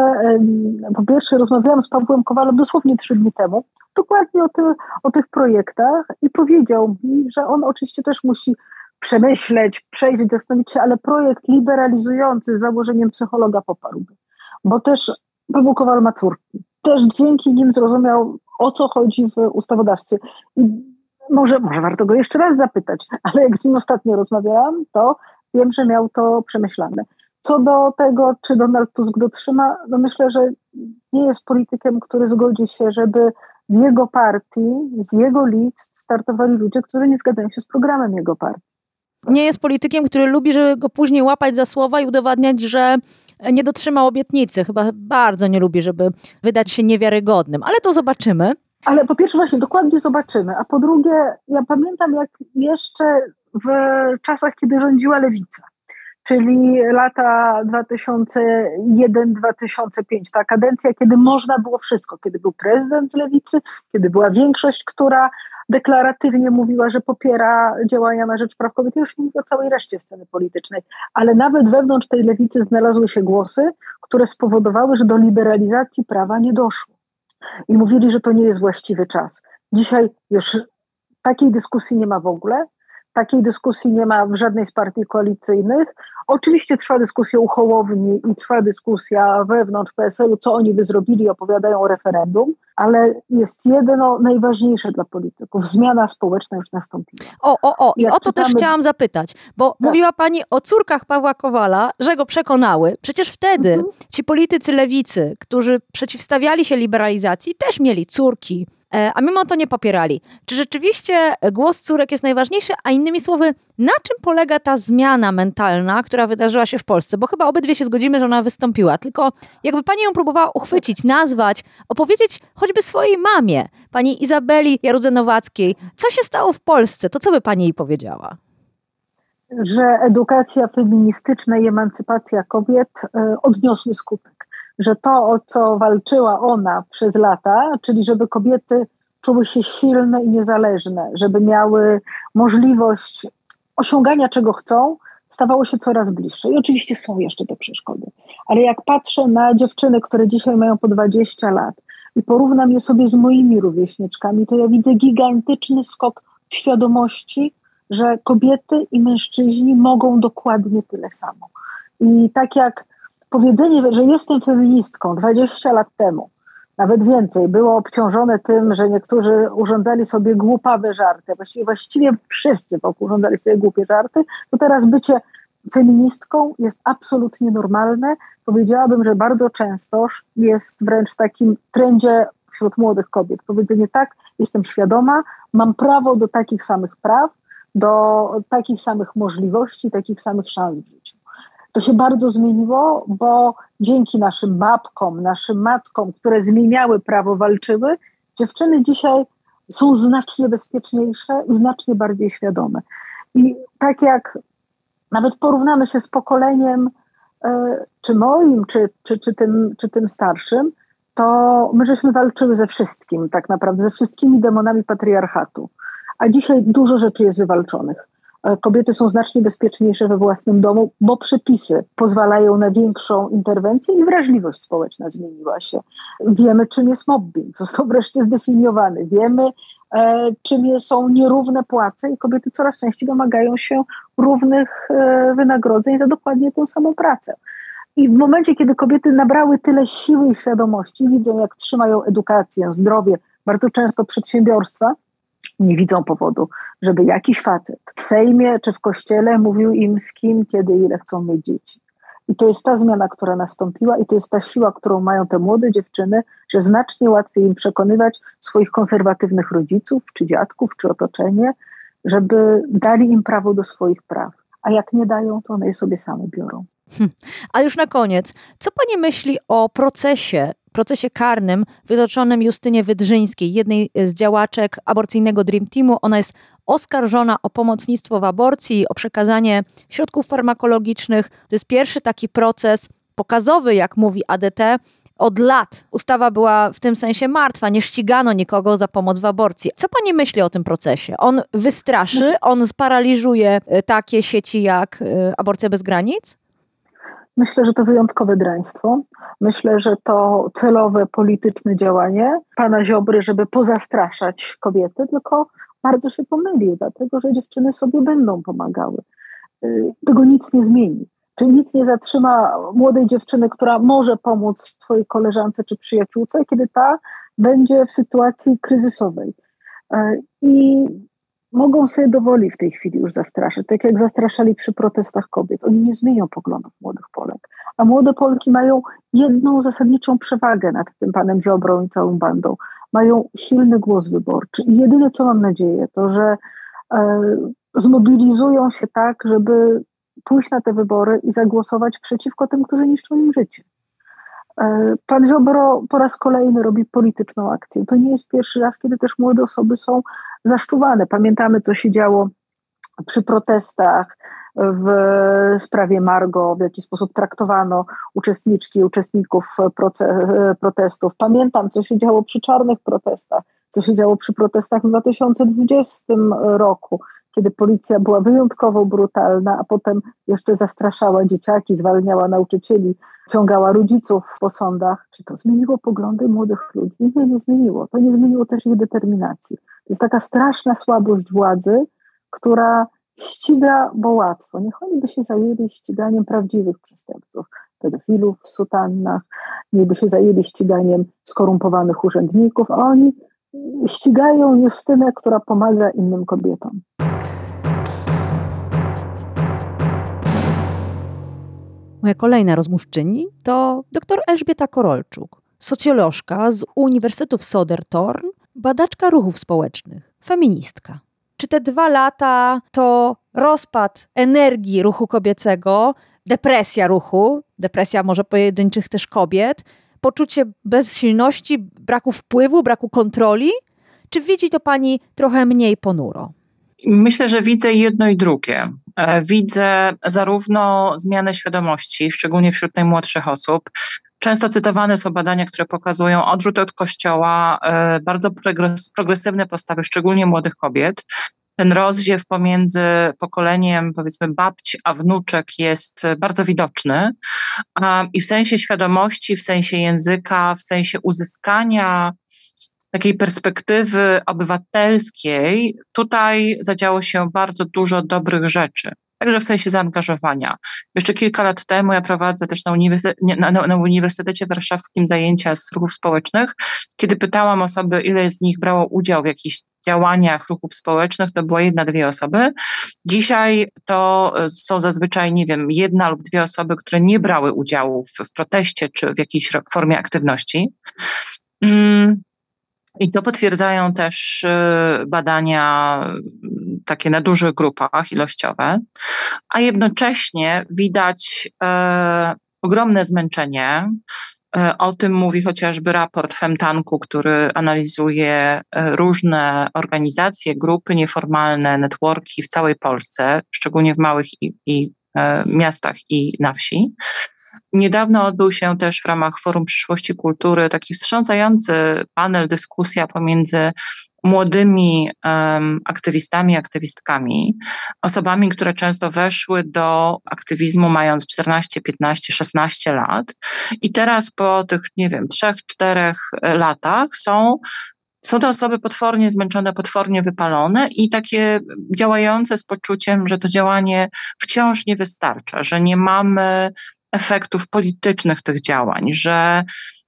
po pierwsze rozmawiałam z Pawłem Kowalem dosłownie trzy dni temu, dokładnie o, ty, o tych projektach i powiedział mi, że on oczywiście też musi przemyśleć, przejrzeć, zastanowić się, ale projekt liberalizujący z założeniem psychologa poparłby. Bo też Paweł Kowal ma córki. Też dzięki nim zrozumiał, o co chodzi w ustawodawstwie. I może, może warto go jeszcze raz zapytać, ale jak z nim ostatnio rozmawiałam, to wiem, że miał to przemyślane. Co do tego, czy Donald Tusk dotrzyma, no myślę, że nie jest politykiem, który zgodzi się, żeby w jego partii, z jego list startowali ludzie, którzy nie zgadzają się z programem jego partii. Nie jest politykiem, który lubi, żeby go później łapać za słowa i udowadniać, że nie dotrzymał obietnicy. Chyba bardzo nie lubi, żeby wydać się niewiarygodnym, ale to zobaczymy. Ale po pierwsze właśnie dokładnie zobaczymy, a po drugie ja pamiętam jak jeszcze w czasach, kiedy rządziła Lewica, czyli lata dwa tysiące jeden do dwa tysiące piątego, ta kadencja, kiedy można było wszystko, kiedy był prezydent Lewicy, kiedy była większość, która deklaratywnie mówiła, że popiera działania na rzecz praw kobiet. Ja już nie mówię o całej reszcie sceny politycznej, ale nawet wewnątrz tej Lewicy znalazły się głosy, które spowodowały, że do liberalizacji prawa nie doszło. I mówili, że to nie jest właściwy czas. Dzisiaj już takiej dyskusji nie ma w ogóle. Takiej dyskusji nie ma w żadnej z partii koalicyjnych. Oczywiście trwa dyskusja u Hołowni i trwa dyskusja wewnątrz P S L u, co oni by zrobili, opowiadają o referendum, ale jest jedno najważniejsze dla polityków. Zmiana społeczna już nastąpiła. O, o, o. I Jak o to czytamy... też chciałam zapytać, bo tak. Mówiła pani o córkach Pawła Kowala, że go przekonały. Przecież wtedy mhm. ci politycy lewicy, którzy przeciwstawiali się liberalizacji, też mieli córki, a mimo to nie popierali. Czy rzeczywiście głos córek jest najważniejszy, a innymi słowy, na czym polega ta zmiana mentalna, która wydarzyła się w Polsce? Bo chyba obydwie się zgodzimy, że ona wystąpiła, tylko jakby pani ją próbowała uchwycić, nazwać, opowiedzieć choćby swojej mamie, pani Izabeli Jarudze-Nowackiej, co się stało w Polsce, to co by pani jej powiedziała? Że edukacja feministyczna i emancypacja kobiet odniosły skutek. Że to, o co walczyła ona przez lata, czyli żeby kobiety czuły się silne i niezależne, żeby miały możliwość osiągania czego chcą, stawało się coraz bliższe. I oczywiście są jeszcze te przeszkody. Ale jak patrzę na dziewczyny, które dzisiaj mają po dwadzieścia lat i porównam je sobie z moimi rówieśniczkami, to ja widzę gigantyczny skok w świadomości, że kobiety i mężczyźni mogą dokładnie tyle samo. I tak jak powiedzenie, że jestem feministką dwadzieścia lat temu, nawet więcej, było obciążone tym, że niektórzy urządzali sobie głupawe żarty, właściwie, właściwie wszyscy wokół urządzali sobie głupie żarty, to teraz bycie feministką jest absolutnie normalne. Powiedziałabym, że bardzo często jest wręcz w takim trendzie wśród młodych kobiet. Powiedzenie tak, jestem świadoma, mam prawo do takich samych praw, do takich samych możliwości, takich samych szans w życiu. To się bardzo zmieniło, bo dzięki naszym babkom, naszym matkom, które zmieniały prawo, walczyły, dziewczyny dzisiaj są znacznie bezpieczniejsze i znacznie bardziej świadome. I tak jak nawet porównamy się z pokoleniem, czy moim, czy, czy, czy, tym, czy tym starszym, to my żeśmy walczyły ze wszystkim, tak naprawdę, ze wszystkimi demonami patriarchatu. A dzisiaj dużo rzeczy jest wywalczonych. Kobiety są znacznie bezpieczniejsze we własnym domu, bo przepisy pozwalają na większą interwencję i wrażliwość społeczna zmieniła się. Wiemy, czym jest mobbing, został wreszcie zdefiniowany. Wiemy, e, czym są nierówne płace i kobiety coraz częściej domagają się równych e, wynagrodzeń za dokładnie tę samą pracę. I w momencie, kiedy kobiety nabrały tyle siły i świadomości, widzą, jak trzymają edukację, zdrowie, bardzo często przedsiębiorstwa, nie widzą powodu, żeby jakiś facet w Sejmie czy w kościele mówił im z kim, kiedy, ile chcą mieć dzieci. I to jest ta zmiana, która nastąpiła i to jest ta siła, którą mają te młode dziewczyny, że znacznie łatwiej im przekonywać swoich konserwatywnych rodziców, czy dziadków, czy otoczenie, żeby dali im prawo do swoich praw. A jak nie dają, to one je sobie same biorą. Hm. A już na koniec, co pani myśli o procesie, procesie karnym wytoczonym Justynie Wydrzyńskiej, jednej z działaczek aborcyjnego Dream Teamu? Ona jest oskarżona o pomocnictwo w aborcji, o przekazanie środków farmakologicznych. To jest pierwszy taki proces pokazowy, jak mówi A D T, od lat. Ustawa była w tym sensie martwa, nie ścigano nikogo za pomoc w aborcji. Co pani myśli o tym procesie? On wystraszy, on sparaliżuje takie sieci jak Aborcja bez granic? Myślę, że to wyjątkowe draństwo. Myślę, że to celowe polityczne działanie pana Ziobry, żeby pozastraszać kobiety, tylko bardzo się pomylił, dlatego że dziewczyny sobie będą pomagały. Tego nic nie zmieni. Czyli nic nie zatrzyma młodej dziewczyny, która może pomóc swojej koleżance czy przyjaciółce, kiedy ta będzie w sytuacji kryzysowej. I mogą sobie dowoli w tej chwili już zastraszać, tak jak zastraszali przy protestach kobiet. Oni nie zmienią poglądów młodych Polek. A młode Polki mają jedną zasadniczą przewagę nad tym panem Ziobrą i całą bandą. Mają silny głos wyborczy. I jedyne, co mam nadzieję, to, że e, zmobilizują się tak, żeby pójść na te wybory i zagłosować przeciwko tym, którzy niszczą im życie. E, pan Ziobro po raz kolejny robi polityczną akcję. To nie jest pierwszy raz, kiedy też młode osoby są zaszczuwane. Pamiętamy, co się działo przy protestach w sprawie Margo, w jaki sposób traktowano uczestniczki i uczestników proce- protestów. Pamiętam, co się działo przy czarnych protestach, co się działo przy protestach w dwa tysiące dwudziestym roku, kiedy policja była wyjątkowo brutalna, a potem jeszcze zastraszała dzieciaki, zwalniała nauczycieli, ciągała rodziców po sądach. Czy to zmieniło poglądy młodych ludzi? Nie, nie zmieniło. To nie zmieniło też ich determinacji. To jest taka straszna słabość władzy, która ściga, bo łatwo. Niech oni by się zajęli ściganiem prawdziwych przestępców, pedofilów w sutannach, niech by się zajęli ściganiem skorumpowanych urzędników, a oni ścigają Justynę, która pomaga innym kobietom. Moja kolejna rozmówczyni to dr Elżbieta Korolczuk, socjolożka z Uniwersytetu w Södertörn, badaczka ruchów społecznych, feministka. Czy te dwa lata to rozpad energii ruchu kobiecego, depresja ruchu, depresja może pojedynczych też kobiet, poczucie bezsilności, braku wpływu, braku kontroli? Czy widzi to pani trochę mniej ponuro? Myślę, że widzę jedno i drugie. Widzę zarówno zmianę świadomości, szczególnie wśród najmłodszych osób. Często cytowane są badania, które pokazują odwrót od kościoła, bardzo progresywne postawy, szczególnie młodych kobiet. Ten rozziew pomiędzy pokoleniem, powiedzmy, babci a wnuczek jest bardzo widoczny. I w sensie świadomości, w sensie języka, w sensie uzyskania takiej perspektywy obywatelskiej, tutaj zadziało się bardzo dużo dobrych rzeczy. Także w sensie zaangażowania. Jeszcze kilka lat temu ja prowadzę też na, uniwersytecie, na, na Uniwersytecie Warszawskim zajęcia z ruchów społecznych. Kiedy pytałam osoby, ile z nich brało udział w jakichś działaniach ruchów społecznych, to była jedna, dwie osoby. Dzisiaj to są zazwyczaj, nie wiem, jedna lub dwie osoby, które nie brały udziału w, w proteście czy w jakiejś formie aktywności. Mm. I to potwierdzają też badania takie na dużych grupach ilościowe, a jednocześnie widać e, ogromne zmęczenie. E, o tym mówi chociażby raport Femtanku, który analizuje różne organizacje, grupy nieformalne, networki w całej Polsce, szczególnie w małych i, i e, miastach i na wsi. Niedawno odbył się też w ramach Forum Przyszłości Kultury taki wstrząsający panel, dyskusja pomiędzy młodymi um, aktywistami, aktywistkami, osobami, które często weszły do aktywizmu mając czternaście, piętnaście, szesnaście lat i teraz po tych, nie wiem, trzech, czterech latach są Są to osoby potwornie zmęczone, potwornie wypalone i takie działające z poczuciem, że to działanie wciąż nie wystarcza, że nie mamy efektów politycznych tych działań, że,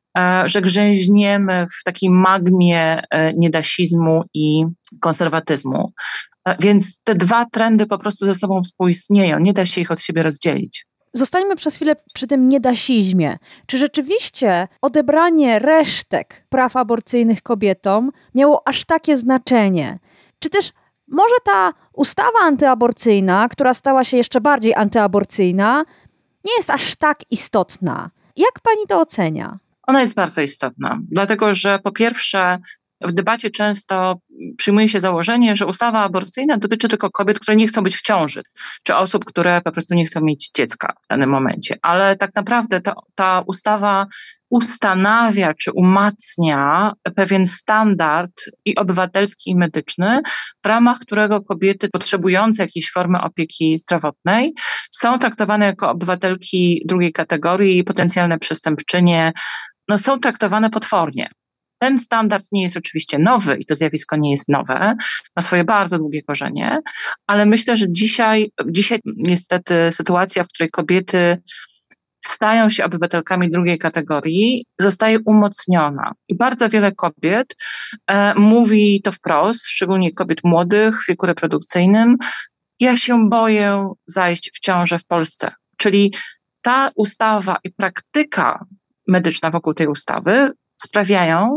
że grzęźniemy w takiej magmie niedasizmu i konserwatyzmu. Więc te dwa trendy po prostu ze sobą współistnieją, nie da się ich od siebie rozdzielić. Zostańmy przez chwilę przy tym niedasizmie. Czy rzeczywiście odebranie resztek praw aborcyjnych kobietom miało aż takie znaczenie? Czy też może ta ustawa antyaborcyjna, która stała się jeszcze bardziej antyaborcyjna, nie jest aż tak istotna? Jak pani to ocenia? Ona jest bardzo istotna, dlatego że po pierwsze w debacie często przyjmuje się założenie, że ustawa aborcyjna dotyczy tylko kobiet, które nie chcą być w ciąży, czy osób, które po prostu nie chcą mieć dziecka w danym momencie. Ale tak naprawdę ta, ta ustawa ustanawia czy umacnia pewien standard i obywatelski, i medyczny, w ramach którego kobiety potrzebujące jakiejś formy opieki zdrowotnej są traktowane jako obywatelki drugiej kategorii i potencjalne przestępczynie no, są traktowane potwornie. Ten standard nie jest oczywiście nowy i to zjawisko nie jest nowe, ma swoje bardzo długie korzenie, ale myślę, że dzisiaj, dzisiaj niestety sytuacja, w której kobiety stają się obywatelkami drugiej kategorii, zostaje umocniona. I bardzo wiele kobiet e, mówi to wprost, szczególnie kobiet młodych w wieku reprodukcyjnym, ja się boję zajść w ciążę w Polsce. Czyli ta ustawa i praktyka medyczna wokół tej ustawy sprawiają,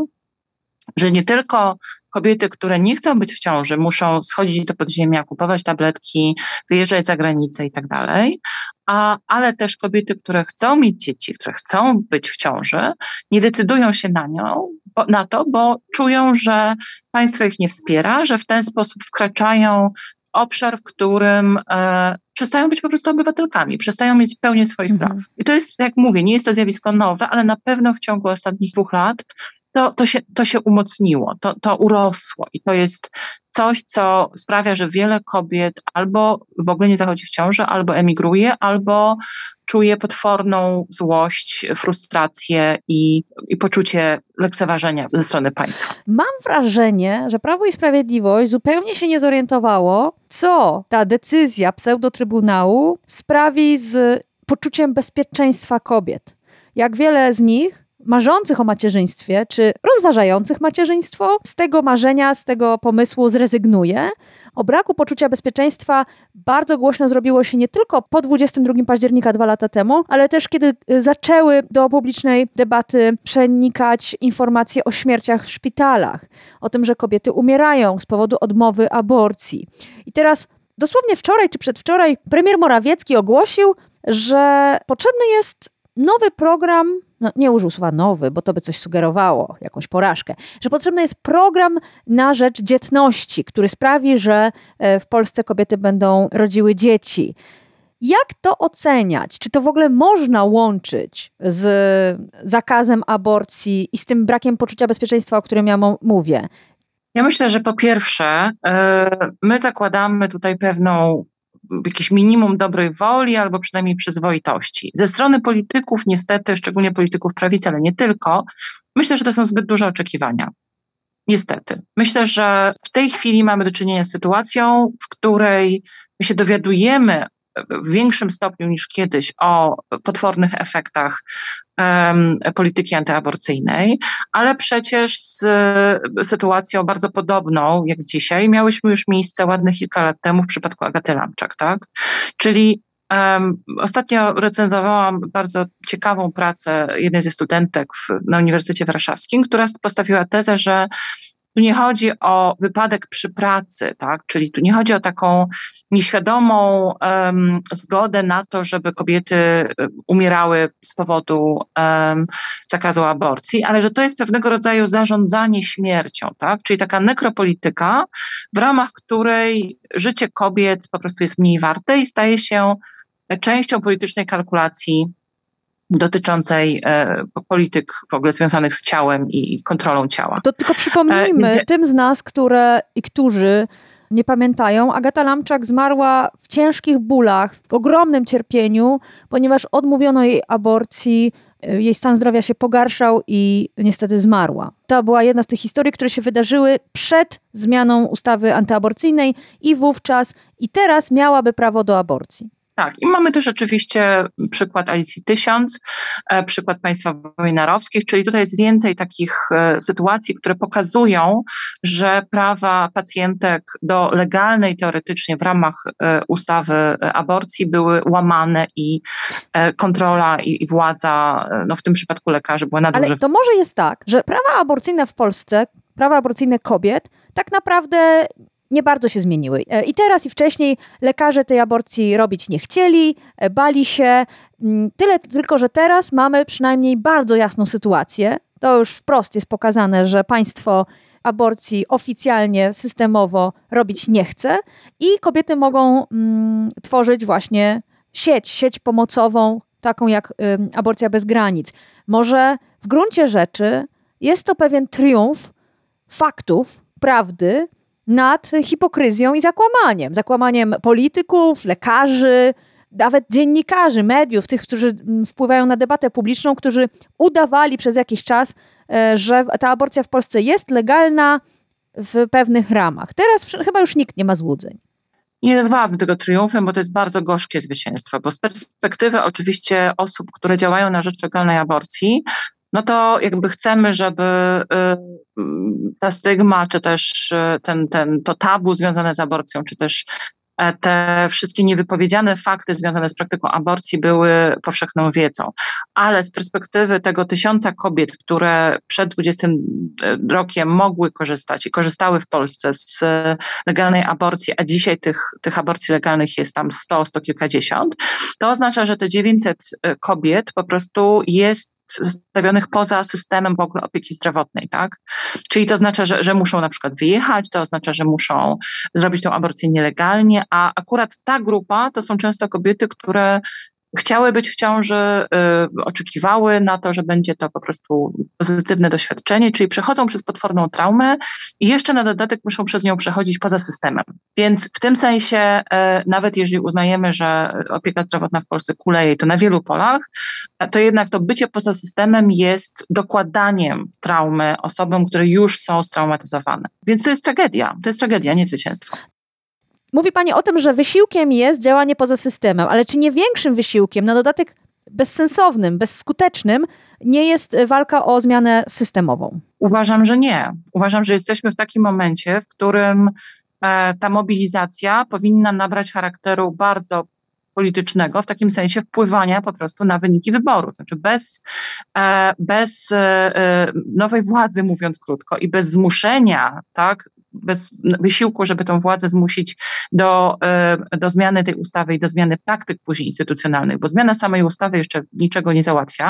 że nie tylko kobiety, które nie chcą być w ciąży, muszą schodzić do podziemia, kupować tabletki, wyjeżdżać za granicę i tak dalej, a, ale też kobiety, które chcą mieć dzieci, które chcą być w ciąży, nie decydują się na nią, bo, na to, bo czują, że państwo ich nie wspiera, że w ten sposób wkraczają w obszar, w którym e, przestają być po prostu obywatelkami, przestają mieć pełnię swoich Mhm. praw. I to jest, jak mówię, nie jest to zjawisko nowe, ale na pewno w ciągu ostatnich dwóch lat To, to, się, to się umocniło, to, to urosło i to jest coś, co sprawia, że wiele kobiet albo w ogóle nie zachodzi w ciążę, albo emigruje, albo czuje potworną złość, frustrację i, i poczucie lekceważenia ze strony państwa. Mam wrażenie, że Prawo i Sprawiedliwość zupełnie się nie zorientowało, co ta decyzja pseudotrybunału sprawi z poczuciem bezpieczeństwa kobiet. Jak wiele z nich marzących o macierzyństwie, czy rozważających macierzyństwo, z tego marzenia, z tego pomysłu zrezygnuje. O braku poczucia bezpieczeństwa bardzo głośno zrobiło się nie tylko po dwudziestego drugiego października dwa lata temu, ale też kiedy zaczęły do publicznej debaty przenikać informacje o śmierciach w szpitalach, o tym, że kobiety umierają z powodu odmowy aborcji. I teraz dosłownie wczoraj czy przedwczoraj premier Morawiecki ogłosił, że potrzebny jest nowy program, no nie użył słowa nowy, bo to by coś sugerowało, jakąś porażkę, że potrzebny jest program na rzecz dzietności, który sprawi, że w Polsce kobiety będą rodziły dzieci. Jak to oceniać? Czy to w ogóle można łączyć z zakazem aborcji i z tym brakiem poczucia bezpieczeństwa, o którym ja mówię? Ja myślę, że po pierwsze, my zakładamy tutaj pewną jakieś minimum dobrej woli albo przynajmniej przyzwoitości. Ze strony polityków niestety, szczególnie polityków prawicy, ale nie tylko, myślę, że to są zbyt duże oczekiwania. Niestety. Myślę, że w tej chwili mamy do czynienia z sytuacją, w której my się dowiadujemy w większym stopniu niż kiedyś o potwornych efektach um, polityki antyaborcyjnej, ale przecież z sytuacją bardzo podobną jak dzisiaj miałyśmy już miejsce ładnych kilka lat temu w przypadku Agaty Lambczak, tak? Czyli um, ostatnio recenzowałam bardzo ciekawą pracę jednej ze studentek w, na Uniwersytecie Warszawskim, która postawiła tezę, że tu nie chodzi o wypadek przy pracy, tak? Czyli tu nie chodzi o taką nieświadomą um, zgodę na to, żeby kobiety umierały z powodu um, zakazu aborcji, ale że to jest pewnego rodzaju zarządzanie śmiercią, tak? Czyli taka nekropolityka, w ramach której życie kobiet po prostu jest mniej warte i staje się częścią politycznej kalkulacji dotyczącej e, polityk w ogóle związanych z ciałem i, i kontrolą ciała. To tylko przypomnijmy e, tym z nas, które i którzy nie pamiętają, Agata Lamczak zmarła w ciężkich bólach, w ogromnym cierpieniu, ponieważ odmówiono jej aborcji, jej stan zdrowia się pogarszał i niestety zmarła. To była jedna z tych historii, które się wydarzyły przed zmianą ustawy antyaborcyjnej i wówczas i teraz miałaby prawo do aborcji. Tak, i mamy też oczywiście przykład Alicji Tysiąc, e, przykład państwa wojnarowskich, czyli tutaj jest więcej takich e, sytuacji, które pokazują, że prawa pacjentek do legalnej teoretycznie w ramach e, ustawy e, aborcji były łamane i e, kontrola i, i władza, e, no w tym przypadku lekarzy, była nadużywana. Ale to może jest tak, że prawa aborcyjne w Polsce, prawa aborcyjne kobiet tak naprawdę nie bardzo się zmieniły. I teraz i wcześniej lekarze tej aborcji robić nie chcieli, bali się. Tyle tylko, że teraz mamy przynajmniej bardzo jasną sytuację. To już wprost jest pokazane, że państwo aborcji oficjalnie, systemowo robić nie chce i kobiety mogą mm, tworzyć właśnie sieć, sieć pomocową, taką jak y, aborcja bez granic. Może w gruncie rzeczy jest to pewien triumf faktów, prawdy, nad hipokryzją i zakłamaniem. Zakłamaniem polityków, lekarzy, nawet dziennikarzy, mediów, tych, którzy wpływają na debatę publiczną, którzy udawali przez jakiś czas, że ta aborcja w Polsce jest legalna w pewnych ramach. Teraz chyba już nikt nie ma złudzeń. Nie nazwałabym tego triumfem, bo to jest bardzo gorzkie zwycięstwo, bo z perspektywy oczywiście osób, które działają na rzecz legalnej aborcji, no to jakby chcemy, żeby ta stygma, czy też ten, ten, to tabu związane z aborcją, czy też te wszystkie niewypowiedziane fakty związane z praktyką aborcji były powszechną wiedzą. Ale z perspektywy tego tysiąca kobiet, które przed dwudziestym rokiem mogły korzystać i korzystały w Polsce z legalnej aborcji, a dzisiaj tych, tych aborcji legalnych jest tam sto, sto kilkadziesiąt, to oznacza, że te dziewięćset kobiet po prostu jest zostawionych poza systemem w ogóle opieki zdrowotnej, tak? Czyli to oznacza, że, że muszą na przykład wyjechać, to oznacza, że muszą zrobić tą aborcję nielegalnie, a akurat ta grupa to są często kobiety, które chciały być w ciąży, y, oczekiwały na to, że będzie to po prostu pozytywne doświadczenie, czyli przechodzą przez potworną traumę i jeszcze na dodatek muszą przez nią przechodzić poza systemem. Więc w tym sensie, y, nawet jeżeli uznajemy, że opieka zdrowotna w Polsce kuleje i to na wielu polach, to jednak to bycie poza systemem jest dokładaniem traumy osobom, które już są straumatyzowane. Więc to jest tragedia, to jest tragedia, nie zwycięstwo. Mówi Pani o tym, że wysiłkiem jest działanie poza systemem, ale czy nie większym wysiłkiem, na dodatek bezsensownym, bezskutecznym, nie jest walka o zmianę systemową? Uważam, że nie. Uważam, że jesteśmy w takim momencie, w którym e, ta mobilizacja powinna nabrać charakteru bardzo politycznego, w takim sensie wpływania po prostu na wyniki wyborów. Znaczy bez, e, bez e, nowej władzy, mówiąc krótko, i bez zmuszenia, tak, bez wysiłku, żeby tą władzę zmusić do, do zmiany tej ustawy i do zmiany praktyk później instytucjonalnych, bo zmiana samej ustawy jeszcze niczego nie załatwia.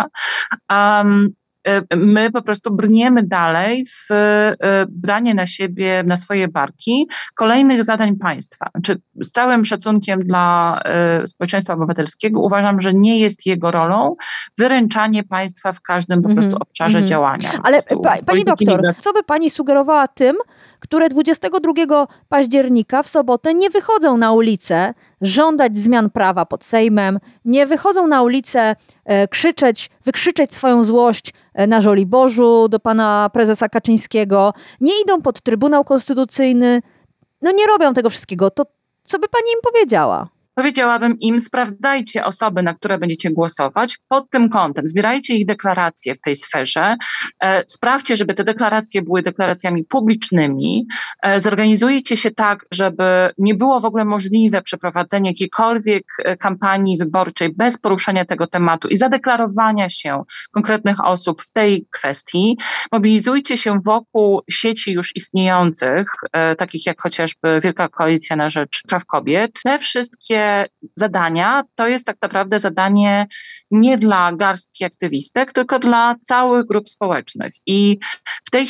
Um, my po prostu brniemy dalej w branie na siebie, na swoje barki kolejnych zadań państwa. Znaczy, z całym szacunkiem dla społeczeństwa obywatelskiego uważam, że nie jest jego rolą wyręczanie państwa w każdym po prostu mm-hmm. obszarze mm-hmm. działania. Ale pa, pani doktor, co by pani sugerowała tym, które dwudziestego drugiego października w sobotę nie wychodzą na ulicę żądać zmian prawa pod Sejmem, nie wychodzą na ulicę e, krzyczeć, wykrzyczeć swoją złość e, na Żoliborzu do pana prezesa Kaczyńskiego, nie idą pod Trybunał Konstytucyjny, no nie robią tego wszystkiego. To co by pani im powiedziała? Powiedziałabym im, sprawdzajcie osoby, na które będziecie głosować pod tym kątem, zbierajcie ich deklaracje w tej sferze, e, sprawdźcie, żeby te deklaracje były deklaracjami publicznymi, e, zorganizujcie się tak, żeby nie było w ogóle możliwe przeprowadzenie jakiejkolwiek kampanii wyborczej bez poruszenia tego tematu i zadeklarowania się konkretnych osób w tej kwestii. Mobilizujcie się wokół sieci już istniejących, e, takich jak chociażby Wielka Koalicja na Rzecz Praw Kobiet. Te wszystkie zadania to jest tak naprawdę zadanie nie dla garstki aktywistek, tylko dla całych grup społecznych. I w tej chwili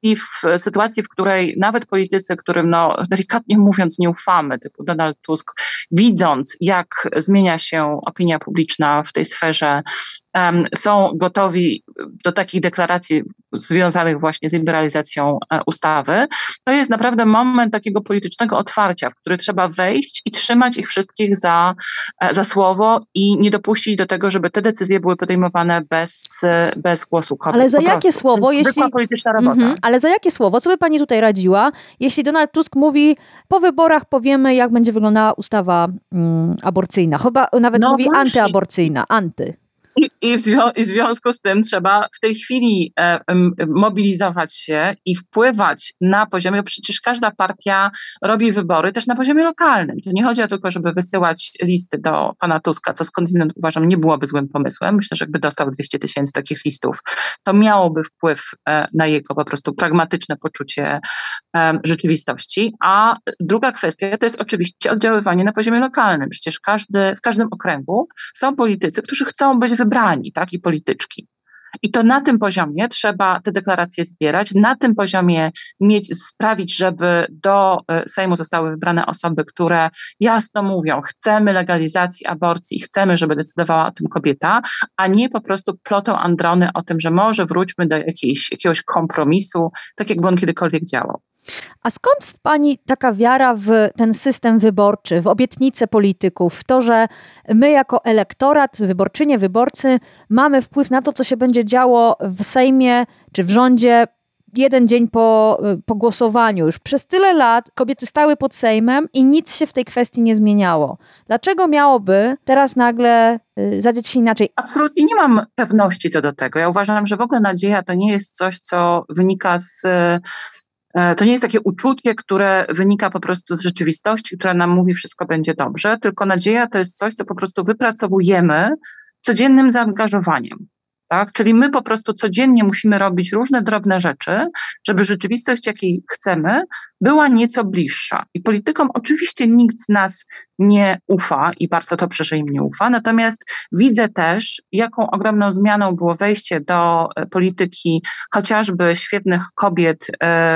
I w sytuacji, w której nawet politycy, którym no, delikatnie mówiąc nie ufamy, typu Donald Tusk, widząc jak zmienia się opinia publiczna w tej sferze, um, są gotowi do takich deklaracji związanych właśnie z liberalizacją e, ustawy, to jest naprawdę moment takiego politycznego otwarcia, w który trzeba wejść i trzymać ich wszystkich za, e, za słowo i nie dopuścić do tego, żeby te decyzje były podejmowane bez, e, bez głosu kobiet. Ale za po jakie prostu. słowo, To jest jeśli... zwykła polityczna robota. Mhm, ale za jakie słowo? Co by pani tutaj radziła, jeśli Donald Tusk mówi, po wyborach powiemy, jak będzie wyglądała ustawa mm, aborcyjna. Chyba nawet No mówi właśnie. antyaborcyjna, anty. I, i, w zwią- I w związku z tym trzeba w tej chwili e, m, mobilizować się i wpływać na poziomie, przecież każda partia robi wybory też na poziomie lokalnym. To nie chodzi o tylko, żeby wysyłać listy do pana Tuska, co skądinąd uważam nie byłoby złym pomysłem. Myślę, że jakby dostał dwieście tysięcy takich listów, to miałoby wpływ e, na jego po prostu pragmatyczne poczucie e, rzeczywistości. A druga kwestia to jest oczywiście oddziaływanie na poziomie lokalnym. Przecież każdy, w każdym okręgu są politycy, którzy chcą być wybrani, tak, i polityczki. I to na tym poziomie trzeba te deklaracje zbierać, na tym poziomie mieć, sprawić, żeby do Sejmu zostały wybrane osoby, które jasno mówią, chcemy legalizacji aborcji i chcemy, żeby decydowała o tym kobieta, a nie po prostu plotą androny o tym, że może wróćmy do jakiejś, jakiegoś kompromisu, tak jakby on kiedykolwiek działał. A skąd w pani taka wiara w ten system wyborczy, w obietnice polityków, w to, że my jako elektorat, wyborczynie, wyborcy mamy wpływ na to, co się będzie działo w Sejmie czy w rządzie jeden dzień po, po głosowaniu? Już przez tyle lat kobiety stały pod Sejmem i nic się w tej kwestii nie zmieniało. Dlaczego miałoby teraz nagle y, zadziać się inaczej? Absolutnie nie mam pewności co do tego. Ja uważam, że w ogóle nadzieja to nie jest coś, co wynika z... To nie jest takie uczucie, które wynika po prostu z rzeczywistości, która nam mówi, wszystko będzie dobrze, tylko nadzieja to jest coś, co po prostu wypracowujemy codziennym zaangażowaniem. Tak? Czyli my po prostu codziennie musimy robić różne drobne rzeczy, żeby rzeczywistość, jakiej chcemy, była nieco bliższa. I politykom oczywiście nikt z nas nie ufa i bardzo dobrze, że im nie ufa, natomiast widzę też, jaką ogromną zmianą było wejście do polityki chociażby świetnych kobiet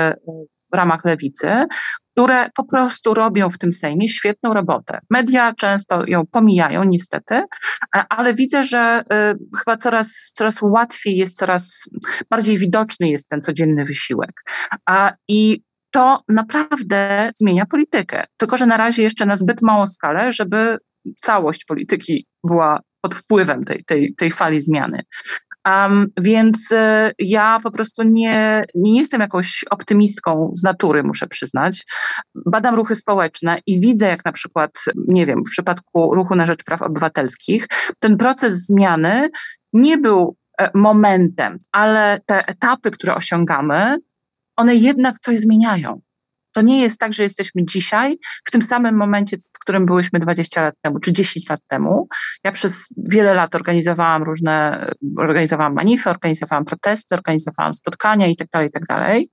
w ramach lewicy, które po prostu robią w tym Sejmie świetną robotę. Media często ją pomijają niestety, ale widzę, że y, chyba coraz, coraz łatwiej jest, coraz bardziej widoczny jest ten codzienny wysiłek. A, I to naprawdę zmienia politykę. Tylko że na razie jeszcze na zbyt małą skalę, żeby całość polityki była pod wpływem tej, tej, tej fali zmiany. Um, więc y, ja po prostu nie, nie jestem jakąś optymistką z natury, muszę przyznać. Badam ruchy społeczne i widzę, jak na przykład, nie wiem, w przypadku Ruchu na Rzecz Praw Obywatelskich, ten proces zmiany nie był e, momentem, ale te etapy, które osiągamy, one jednak coś zmieniają. To nie jest tak, że jesteśmy dzisiaj w tym samym momencie, w którym byłyśmy dwadzieścia lat temu, czy dziesięć lat temu. Ja przez wiele lat organizowałam różne, organizowałam manify, organizowałam protesty, organizowałam spotkania i tak dalej, i tak dalej.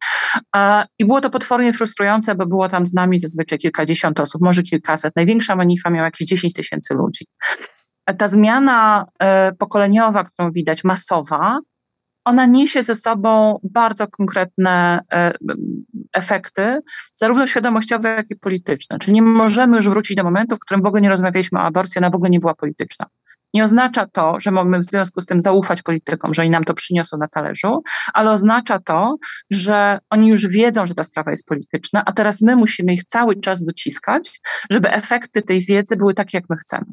I było to potwornie frustrujące, bo było tam z nami zazwyczaj kilkadziesiąt osób, może kilkaset. Największa manifa miała jakieś dziesięć tysięcy ludzi. Ta zmiana pokoleniowa, którą widać, masowa, ona niesie ze sobą bardzo konkretne e, efekty, zarówno świadomościowe, jak i polityczne. Czyli nie możemy już wrócić do momentu, w którym w ogóle nie rozmawialiśmy o aborcji, ona w ogóle nie była polityczna. Nie oznacza to, że mamy w związku z tym zaufać politykom, że oni nam to przyniosą na talerzu, ale oznacza to, że oni już wiedzą, że ta sprawa jest polityczna, a teraz my musimy ich cały czas dociskać, żeby efekty tej wiedzy były takie, jak my chcemy.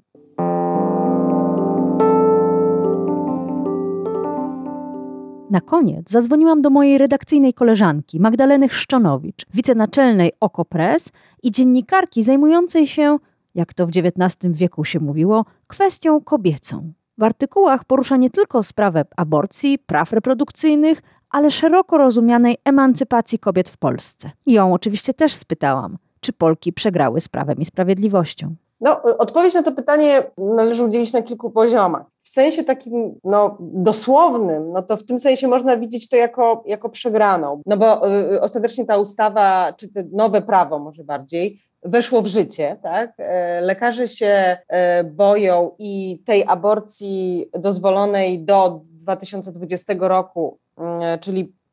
Na koniec zadzwoniłam do mojej redakcyjnej koleżanki Magdaleny Chrzczonowicz, wicenaczelnej Okopres i dziennikarki zajmującej się, jak to w dziewiętnastym wieku się mówiło, kwestią kobiecą. W artykułach porusza nie tylko sprawę aborcji, praw reprodukcyjnych, ale szeroko rozumianej emancypacji kobiet w Polsce. I ją oczywiście też spytałam, czy Polki przegrały z Prawem i Sprawiedliwością. No, odpowiedź na to pytanie należy udzielić na kilku poziomach. W sensie takim no, dosłownym, no to w tym sensie można widzieć to jako, jako przegraną, no bo y, ostatecznie ta ustawa, czy te nowe prawo może bardziej, weszło w życie, tak? E, lekarze się e, boją i tej aborcji dozwolonej do dwa tysiące dwudziestego roku, e, czyli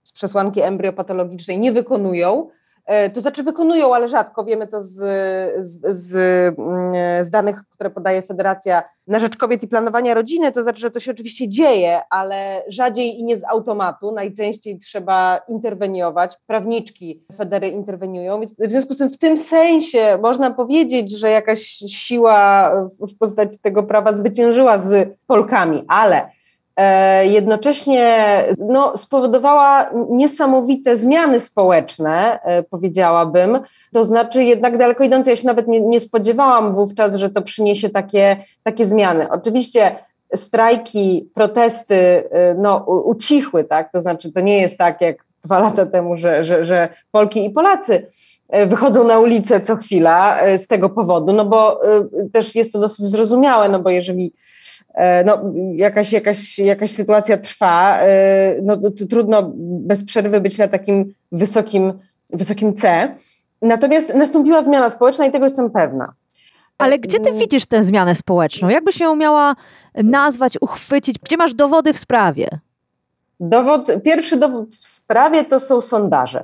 z przesłanki embryopatologicznej nie wykonują. To znaczy wykonują, ale rzadko, wiemy to z, z, z, z danych, które podaje Federacja na Rzecz Kobiet i Planowania Rodziny, to znaczy, że to się oczywiście dzieje, ale rzadziej i nie z automatu, najczęściej trzeba interweniować, prawniczki Federy interweniują, więc w związku z tym w tym sensie można powiedzieć, że jakaś siła w postaci tego prawa zwyciężyła z Polkami, ale jednocześnie no, spowodowała niesamowite zmiany społeczne, powiedziałabym, to znaczy jednak daleko idące. Ja się nawet nie, nie spodziewałam wówczas, że to przyniesie takie, takie zmiany. Oczywiście strajki, protesty no, ucichły, tak? To znaczy to nie jest tak jak dwa lata temu, że, że, że Polki i Polacy wychodzą na ulicę co chwila z tego powodu, no bo też jest to dosyć zrozumiałe, no bo jeżeli no, jakaś, jakaś, jakaś sytuacja trwa, no to trudno bez przerwy być na takim wysokim, wysokim C. Natomiast nastąpiła zmiana społeczna i tego jestem pewna. Ale gdzie ty widzisz tę zmianę społeczną? Jakby się ją miała nazwać, uchwycić? Gdzie masz dowody w sprawie? Dowód, pierwszy dowód w sprawie to są sondaże.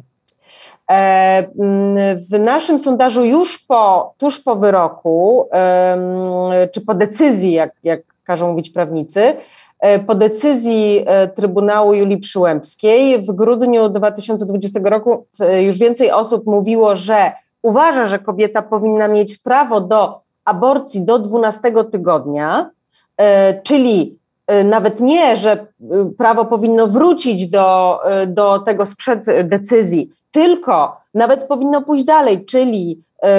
W naszym sondażu już po, tuż po wyroku, czy po decyzji, jak, jak każą mówić prawnicy, po decyzji Trybunału Julii Przyłębskiej w grudniu dwa tysiące dwudziestego roku już więcej osób mówiło, że uważa, że kobieta powinna mieć prawo do aborcji do dwunastego tygodnia, czyli nawet nie, że prawo powinno wrócić do, do tego sprzed decyzji, tylko nawet powinno pójść dalej, czyli,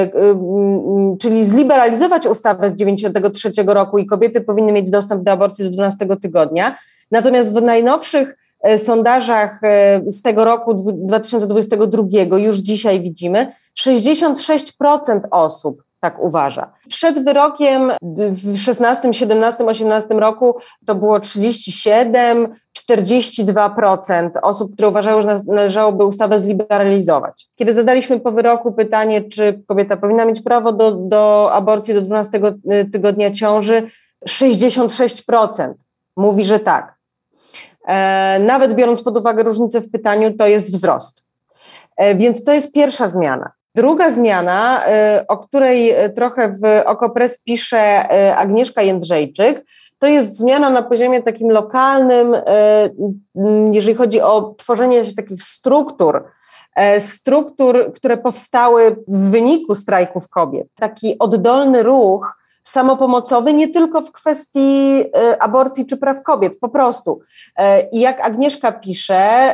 czyli zliberalizować ustawę z dziewięćdziesiątego trzeciego roku i kobiety powinny mieć dostęp do aborcji do dwunastego tygodnia. Natomiast w najnowszych sondażach z tego roku dwa tysiące dwudziestego drugiego już dzisiaj widzimy, sześćdziesiąt sześć procent osób tak uważa. Przed wyrokiem w szesnastym, siedemnastym, osiemnastym roku to było trzydzieści siedem, czterdzieści dwa procent osób, które uważały, że należałoby ustawę zliberalizować. Kiedy zadaliśmy po wyroku pytanie, czy kobieta powinna mieć prawo do, do aborcji do dwunastego tygodnia ciąży, sześćdziesiąt sześć procent mówi, że tak. E, nawet biorąc pod uwagę różnicę w pytaniu, to jest wzrost. E, więc to jest pierwsza zmiana. Druga zmiana, o której trochę w Okopres pisze Agnieszka Jędrzejczyk, to jest zmiana na poziomie takim lokalnym, jeżeli chodzi o tworzenie się takich struktur, struktur, które powstały w wyniku strajków kobiet. Taki oddolny ruch samopomocowy, nie tylko w kwestii aborcji czy praw kobiet, po prostu. I jak Agnieszka pisze,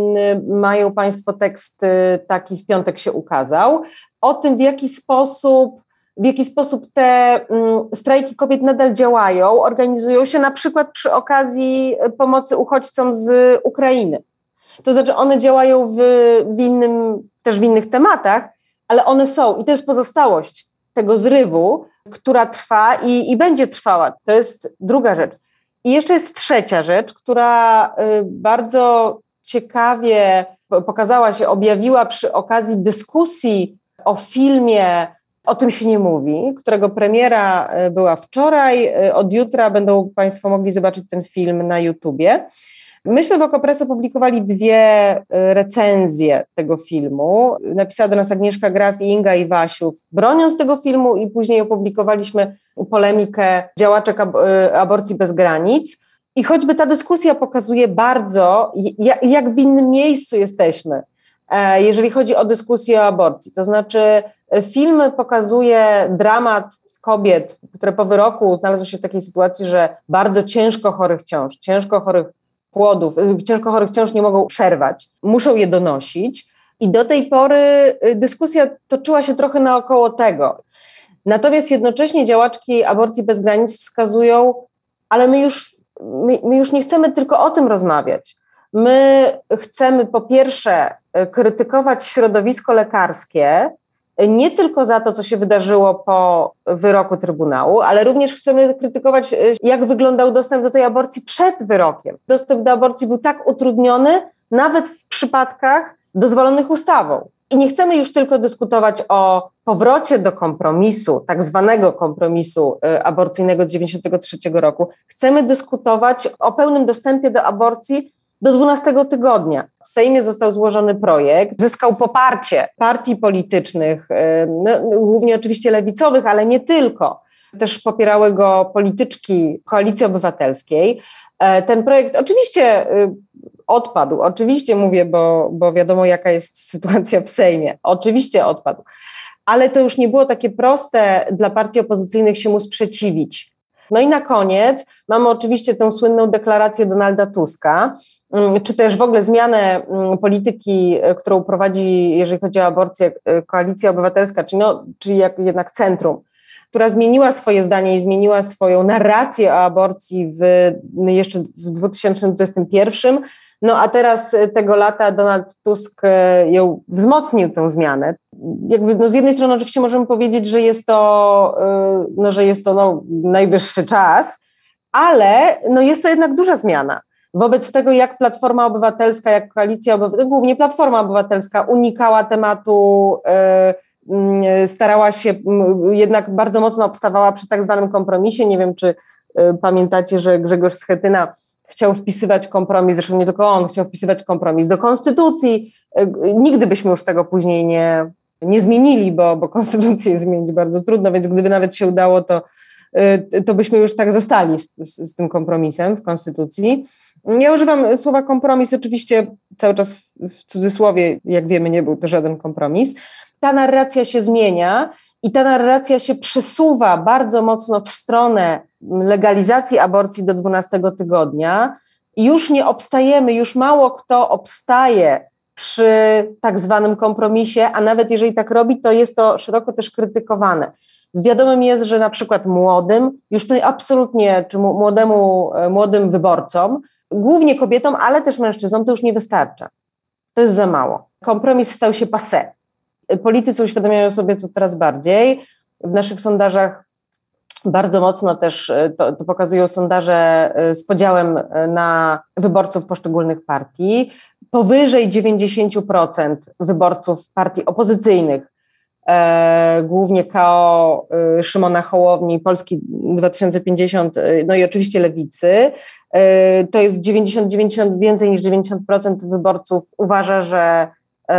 mają Państwo tekst taki, w piątek się ukazał, o tym, w jaki sposób, w jaki sposób te strajki kobiet nadal działają, organizują się na przykład przy okazji pomocy uchodźcom z Ukrainy. To znaczy one działają w, w innym, też w innych tematach, ale one są i to jest pozostałość tego zrywu, która trwa i, i będzie trwała. To jest druga rzecz. I jeszcze jest trzecia rzecz, która bardzo ciekawie pokazała się, objawiła przy okazji dyskusji o filmie O tym się nie mówi, którego premiera była wczoraj. Od jutra będą Państwo mogli zobaczyć ten film na YouTubie. Myśmy w Okopres opublikowali dwie recenzje tego filmu. Napisała do nas Agnieszka Graf i Inga Iwasiów, broniąc tego filmu, i później opublikowaliśmy polemikę działaczek ab- aborcji bez granic. I choćby ta dyskusja pokazuje bardzo, jak w innym miejscu jesteśmy, jeżeli chodzi o dyskusję o aborcji. To znaczy film pokazuje dramat kobiet, które po wyroku znalazły się w takiej sytuacji, że bardzo ciężko chorych ciąż, ciężko chorych płodów, ciężko chorych ciąż nie mogą przerwać, muszą je donosić i do tej pory dyskusja toczyła się trochę naokoło tego. Natomiast jednocześnie działaczki aborcji bez granic wskazują, ale my już, my, my już nie chcemy tylko o tym rozmawiać. My chcemy po pierwsze krytykować środowisko lekarskie, nie tylko za to, co się wydarzyło po wyroku Trybunału, ale również chcemy krytykować, jak wyglądał dostęp do tej aborcji przed wyrokiem. Dostęp do aborcji był tak utrudniony, nawet w przypadkach dozwolonych ustawą. I nie chcemy już tylko dyskutować o powrocie do kompromisu, tak zwanego kompromisu aborcyjnego z dziewięćdziesiątego trzeciego roku. Chcemy dyskutować o pełnym dostępie do aborcji do dwunastego tygodnia. W Sejmie został złożony projekt, zyskał poparcie partii politycznych, no, głównie oczywiście lewicowych, ale nie tylko. Też popierały go polityczki Koalicji Obywatelskiej. Ten projekt oczywiście odpadł, oczywiście mówię, bo, bo wiadomo jaka jest sytuacja w Sejmie, oczywiście odpadł, ale to już nie było takie proste dla partii opozycyjnych się mu sprzeciwić. No i na koniec mamy oczywiście tę słynną deklarację Donalda Tuska, czy też w ogóle zmianę polityki, którą prowadzi, jeżeli chodzi o aborcję, Koalicja Obywatelska, czyli, no, czyli jak jednak centrum, która zmieniła swoje zdanie i zmieniła swoją narrację o aborcji w, jeszcze w dwa tysiące dwudziestym pierwszym. No a teraz tego lata Donald Tusk ją wzmocnił tę zmianę. Jakby, no z jednej strony oczywiście możemy powiedzieć, że jest to, no, że jest to no, najwyższy czas, ale no, jest to jednak duża zmiana. Wobec tego, jak Platforma Obywatelska, jak Koalicja Obywatelska, głównie Platforma Obywatelska unikała tematu, yy, starała się, jednak bardzo mocno obstawała przy tak zwanym kompromisie. Nie wiem, czy yy, pamiętacie, że Grzegorz Schetyna chciał wpisywać kompromis, zresztą nie tylko on, chciał wpisywać kompromis do konstytucji. Nigdy byśmy już tego później nie, nie zmienili, bo, bo konstytucję zmienić bardzo trudno, więc gdyby nawet się udało, to, to byśmy już tak zostali z, z, z tym kompromisem w konstytucji. Ja używam słowa kompromis, oczywiście cały czas w, w cudzysłowie, jak wiemy, nie był to żaden kompromis. Ta narracja się zmienia i ta narracja się przesuwa bardzo mocno w stronę legalizacji aborcji do dwunastego tygodnia. Już nie obstajemy, już mało kto obstaje przy tak zwanym kompromisie, a nawet jeżeli tak robi, to jest to szeroko też krytykowane. Wiadomym jest, że na przykład młodym, już to absolutnie, czy młodemu, młodym wyborcom, głównie kobietom, ale też mężczyznom, to już nie wystarcza. To jest za mało. Kompromis stał się passé. Politycy uświadamiają sobie to coraz bardziej. W naszych sondażach bardzo mocno też, to, to pokazują sondaże z podziałem na wyborców poszczególnych partii. Powyżej dziewięćdziesiąt procent wyborców partii opozycyjnych, e, głównie K O e, Szymona Hołowni, Polski dwa tysiące pięćdziesiąt, no i oczywiście Lewicy, e, to jest dziewięćdziesiąt, dziewięćdziesiąt, więcej niż dziewięćdziesiąt procent wyborców uważa, że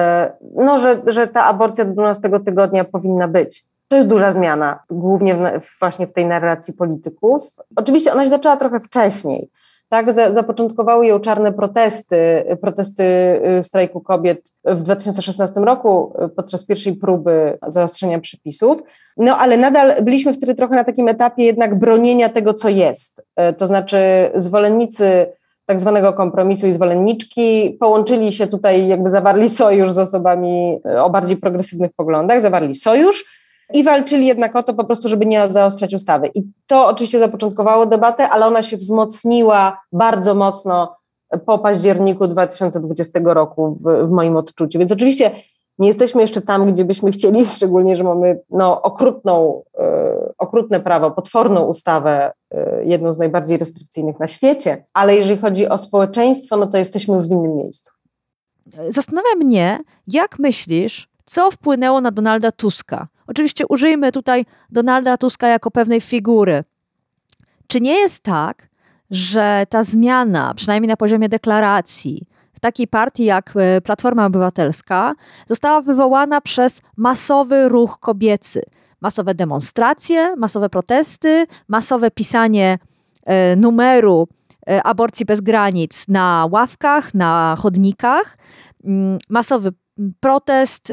No, że, że ta aborcja do dwunastego tygodnia powinna być. To jest duża zmiana, głównie w, właśnie w tej narracji polityków. Oczywiście ona się zaczęła trochę wcześniej. Tak, zapoczątkowały ją czarne protesty, protesty strajku kobiet w dwa tysiące szesnastym roku podczas pierwszej próby zaostrzenia przepisów. No ale nadal byliśmy wtedy trochę na takim etapie jednak bronienia tego, co jest. To znaczy zwolennicy tak zwanego kompromisu i zwolenniczki połączyli się tutaj, jakby zawarli sojusz z osobami o bardziej progresywnych poglądach, zawarli sojusz i walczyli jednak o to po prostu, żeby nie zaostrzać ustawy. I to oczywiście zapoczątkowało debatę, ale ona się wzmocniła bardzo mocno po październiku dwa tysiące dwudziestego roku w, w moim odczuciu. Więc oczywiście nie jesteśmy jeszcze tam, gdzie byśmy chcieli, szczególnie, że mamy no, okrutną, e, okrutne prawo, potworną ustawę, e, jedną z najbardziej restrykcyjnych na świecie, ale jeżeli chodzi o społeczeństwo, no to jesteśmy już w innym miejscu. Zastanawia mnie, jak myślisz, co wpłynęło na Donalda Tuska? Oczywiście użyjmy tutaj Donalda Tuska jako pewnej figury. Czy nie jest tak, że ta zmiana, przynajmniej na poziomie deklaracji, w takiej partii jak Platforma Obywatelska została wywołana przez masowy ruch kobiecy. Masowe demonstracje, masowe protesty, masowe pisanie e, numeru e, aborcji bez granic na ławkach, na chodnikach, m, masowy protest, e,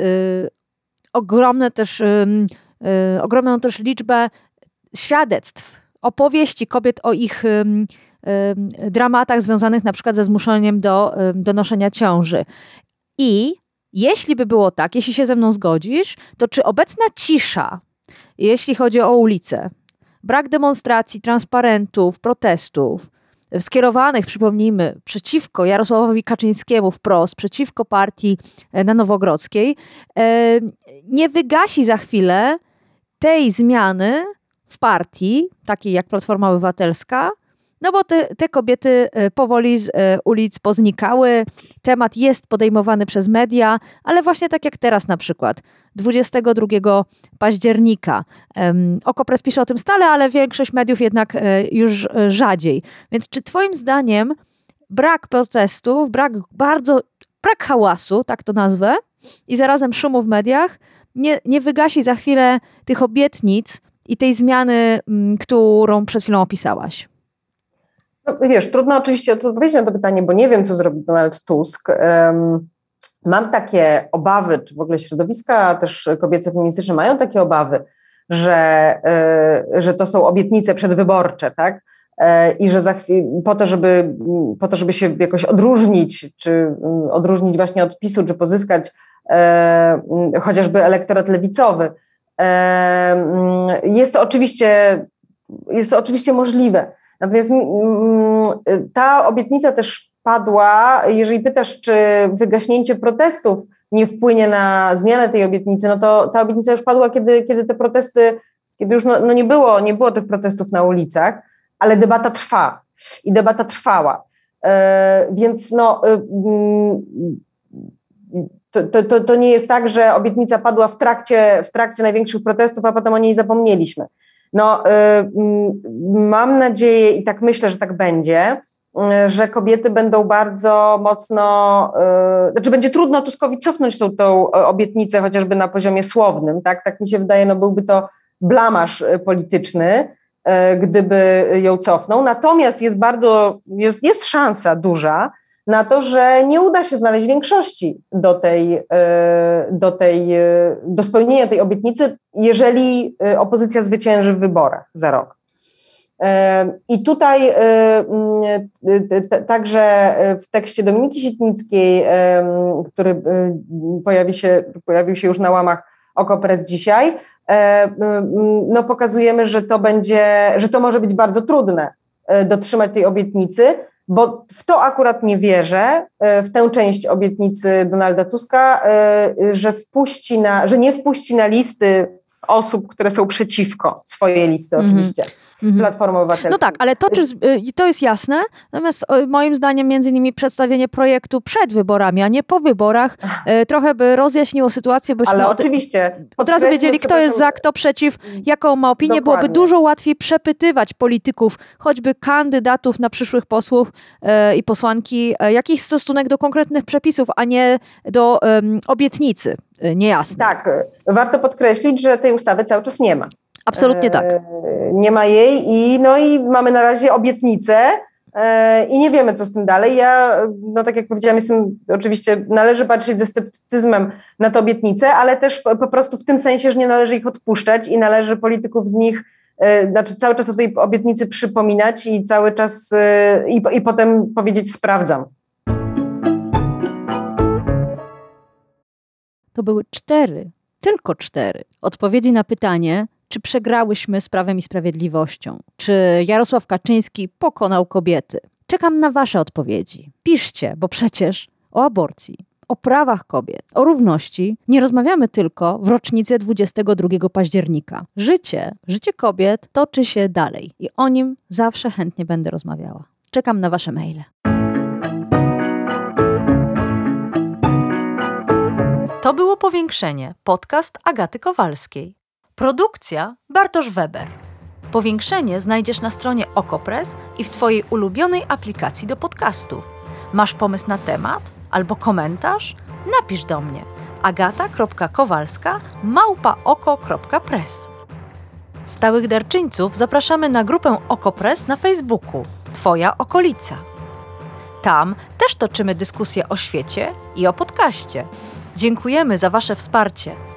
ogromne też, e, e, ogromną też liczbę świadectw, opowieści kobiet o ich e, dramatach związanych na przykład ze zmuszeniem do, do noszenia ciąży. I jeśli by było tak, jeśli się ze mną zgodzisz, to czy obecna cisza, jeśli chodzi o ulicę, brak demonstracji, transparentów, protestów skierowanych, przypomnijmy, przeciwko Jarosławowi Kaczyńskiemu wprost, przeciwko partii na Nowogrodzkiej, nie wygasi za chwilę tej zmiany w partii, takiej jak Platforma Obywatelska, no bo te, te kobiety powoli z ulic poznikały, temat jest podejmowany przez media, ale właśnie tak jak teraz na przykład, dwudziestego drugiego października. Um, Okopres pisze o tym stale, ale większość mediów jednak e, już rzadziej. Więc czy twoim zdaniem brak protestów, brak bardzo, brak hałasu, tak to nazwę, i zarazem szumu w mediach nie, nie wygasi za chwilę tych obietnic i tej zmiany, m, którą przed chwilą opisałaś? No, wiesz, trudno oczywiście odpowiedzieć na to pytanie, bo nie wiem, co zrobi Donald Tusk. Um, mam takie obawy, czy w ogóle środowiska też kobiece feministyczne mają takie obawy, że, y, że to są obietnice przedwyborcze, tak? I że za chwilę, po to, żeby, po to, żeby się jakoś odróżnić, czy odróżnić właśnie od PiSu, czy pozyskać e, chociażby elektorat lewicowy. E, jest to oczywiście, jest to oczywiście możliwe. Natomiast m, ta obietnica też padła, jeżeli pytasz, czy wygaśnięcie protestów nie wpłynie na zmianę tej obietnicy, no to ta obietnica już padła, kiedy, kiedy te protesty, kiedy już no, no nie było, nie było tych protestów na ulicach, ale debata trwa i debata trwała. E, więc no, to, to, to, to nie jest tak, że obietnica padła w trakcie, w trakcie największych protestów, a potem o niej zapomnieliśmy. No, e, mam nadzieję i tak myślę, że tak będzie, że kobiety będą bardzo mocno, e, znaczy będzie trudno Tuskowi cofnąć tą, tą obietnicę chociażby na poziomie słownym, tak, tak mi się wydaje, no byłby to blamaż polityczny, gdyby ją cofnął. Natomiast jest bardzo, jest, jest szansa duża na to, że nie uda się znaleźć większości do tej, do tej, do spełnienia tej obietnicy, jeżeli opozycja zwycięży w wyborach za rok. I tutaj także w tekście Dominiki Sitnickiej, który pojawi się, pojawił się już na łamach OKO.press dzisiaj, no pokazujemy, że to będzie, że to może być bardzo trudne dotrzymać tej obietnicy, bo w to akurat nie wierzę, w tę część obietnicy Donalda Tuska, że wpuści na, że nie wpuści na listy osób, które są przeciwko swojej listy mm-hmm. oczywiście, mm-hmm. Platformy Obywatelskiej. No tak, ale to, czy, to jest jasne, natomiast moim zdaniem między innymi przedstawienie projektu przed wyborami, a nie po wyborach, trochę by rozjaśniło sytuację, byśmy ale od, oczywiście, od razu wiedzieli, kto jest za, kto przeciw, jaką ma opinię. Dokładnie. Byłoby dużo łatwiej przepytywać polityków, choćby kandydatów na przyszłych posłów e, i posłanki, e, jakiś stosunek do konkretnych przepisów, a nie do e, obietnicy. Niejasne. Tak, warto podkreślić, że tej ustawy cały czas nie ma. Absolutnie tak. Nie ma jej i, no i mamy na razie obietnicę i nie wiemy, co z tym dalej. Ja, no tak jak powiedziałam, jestem, oczywiście należy patrzeć ze sceptycyzmem na tę obietnicę, ale też po, po prostu w tym sensie, że nie należy ich odpuszczać i należy polityków z nich, znaczy cały czas o tej obietnicy przypominać i cały czas i, i potem powiedzieć sprawdzam. To były cztery, tylko cztery odpowiedzi na pytanie, czy przegrałyśmy z Prawem i Sprawiedliwością, czy Jarosław Kaczyński pokonał kobiety. Czekam na wasze odpowiedzi. Piszcie, bo przecież o aborcji, o prawach kobiet, o równości nie rozmawiamy tylko w rocznicę dwudziestego drugiego października. Życie, życie kobiet toczy się dalej i o nim zawsze chętnie będę rozmawiała. Czekam na wasze maile. To było Powiększenie, podcast Agaty Kowalskiej. Produkcja Bartosz Weber. Powiększenie znajdziesz na stronie OKO.press i w twojej ulubionej aplikacji do podcastów. Masz pomysł na temat albo komentarz? Napisz do mnie agata kropka kowalska małpa oko kropka press. Stałych darczyńców zapraszamy na grupę OKO.press na Facebooku Twoja okolica. Tam też toczymy dyskusje o świecie i o podcaście. Dziękujemy za wasze wsparcie.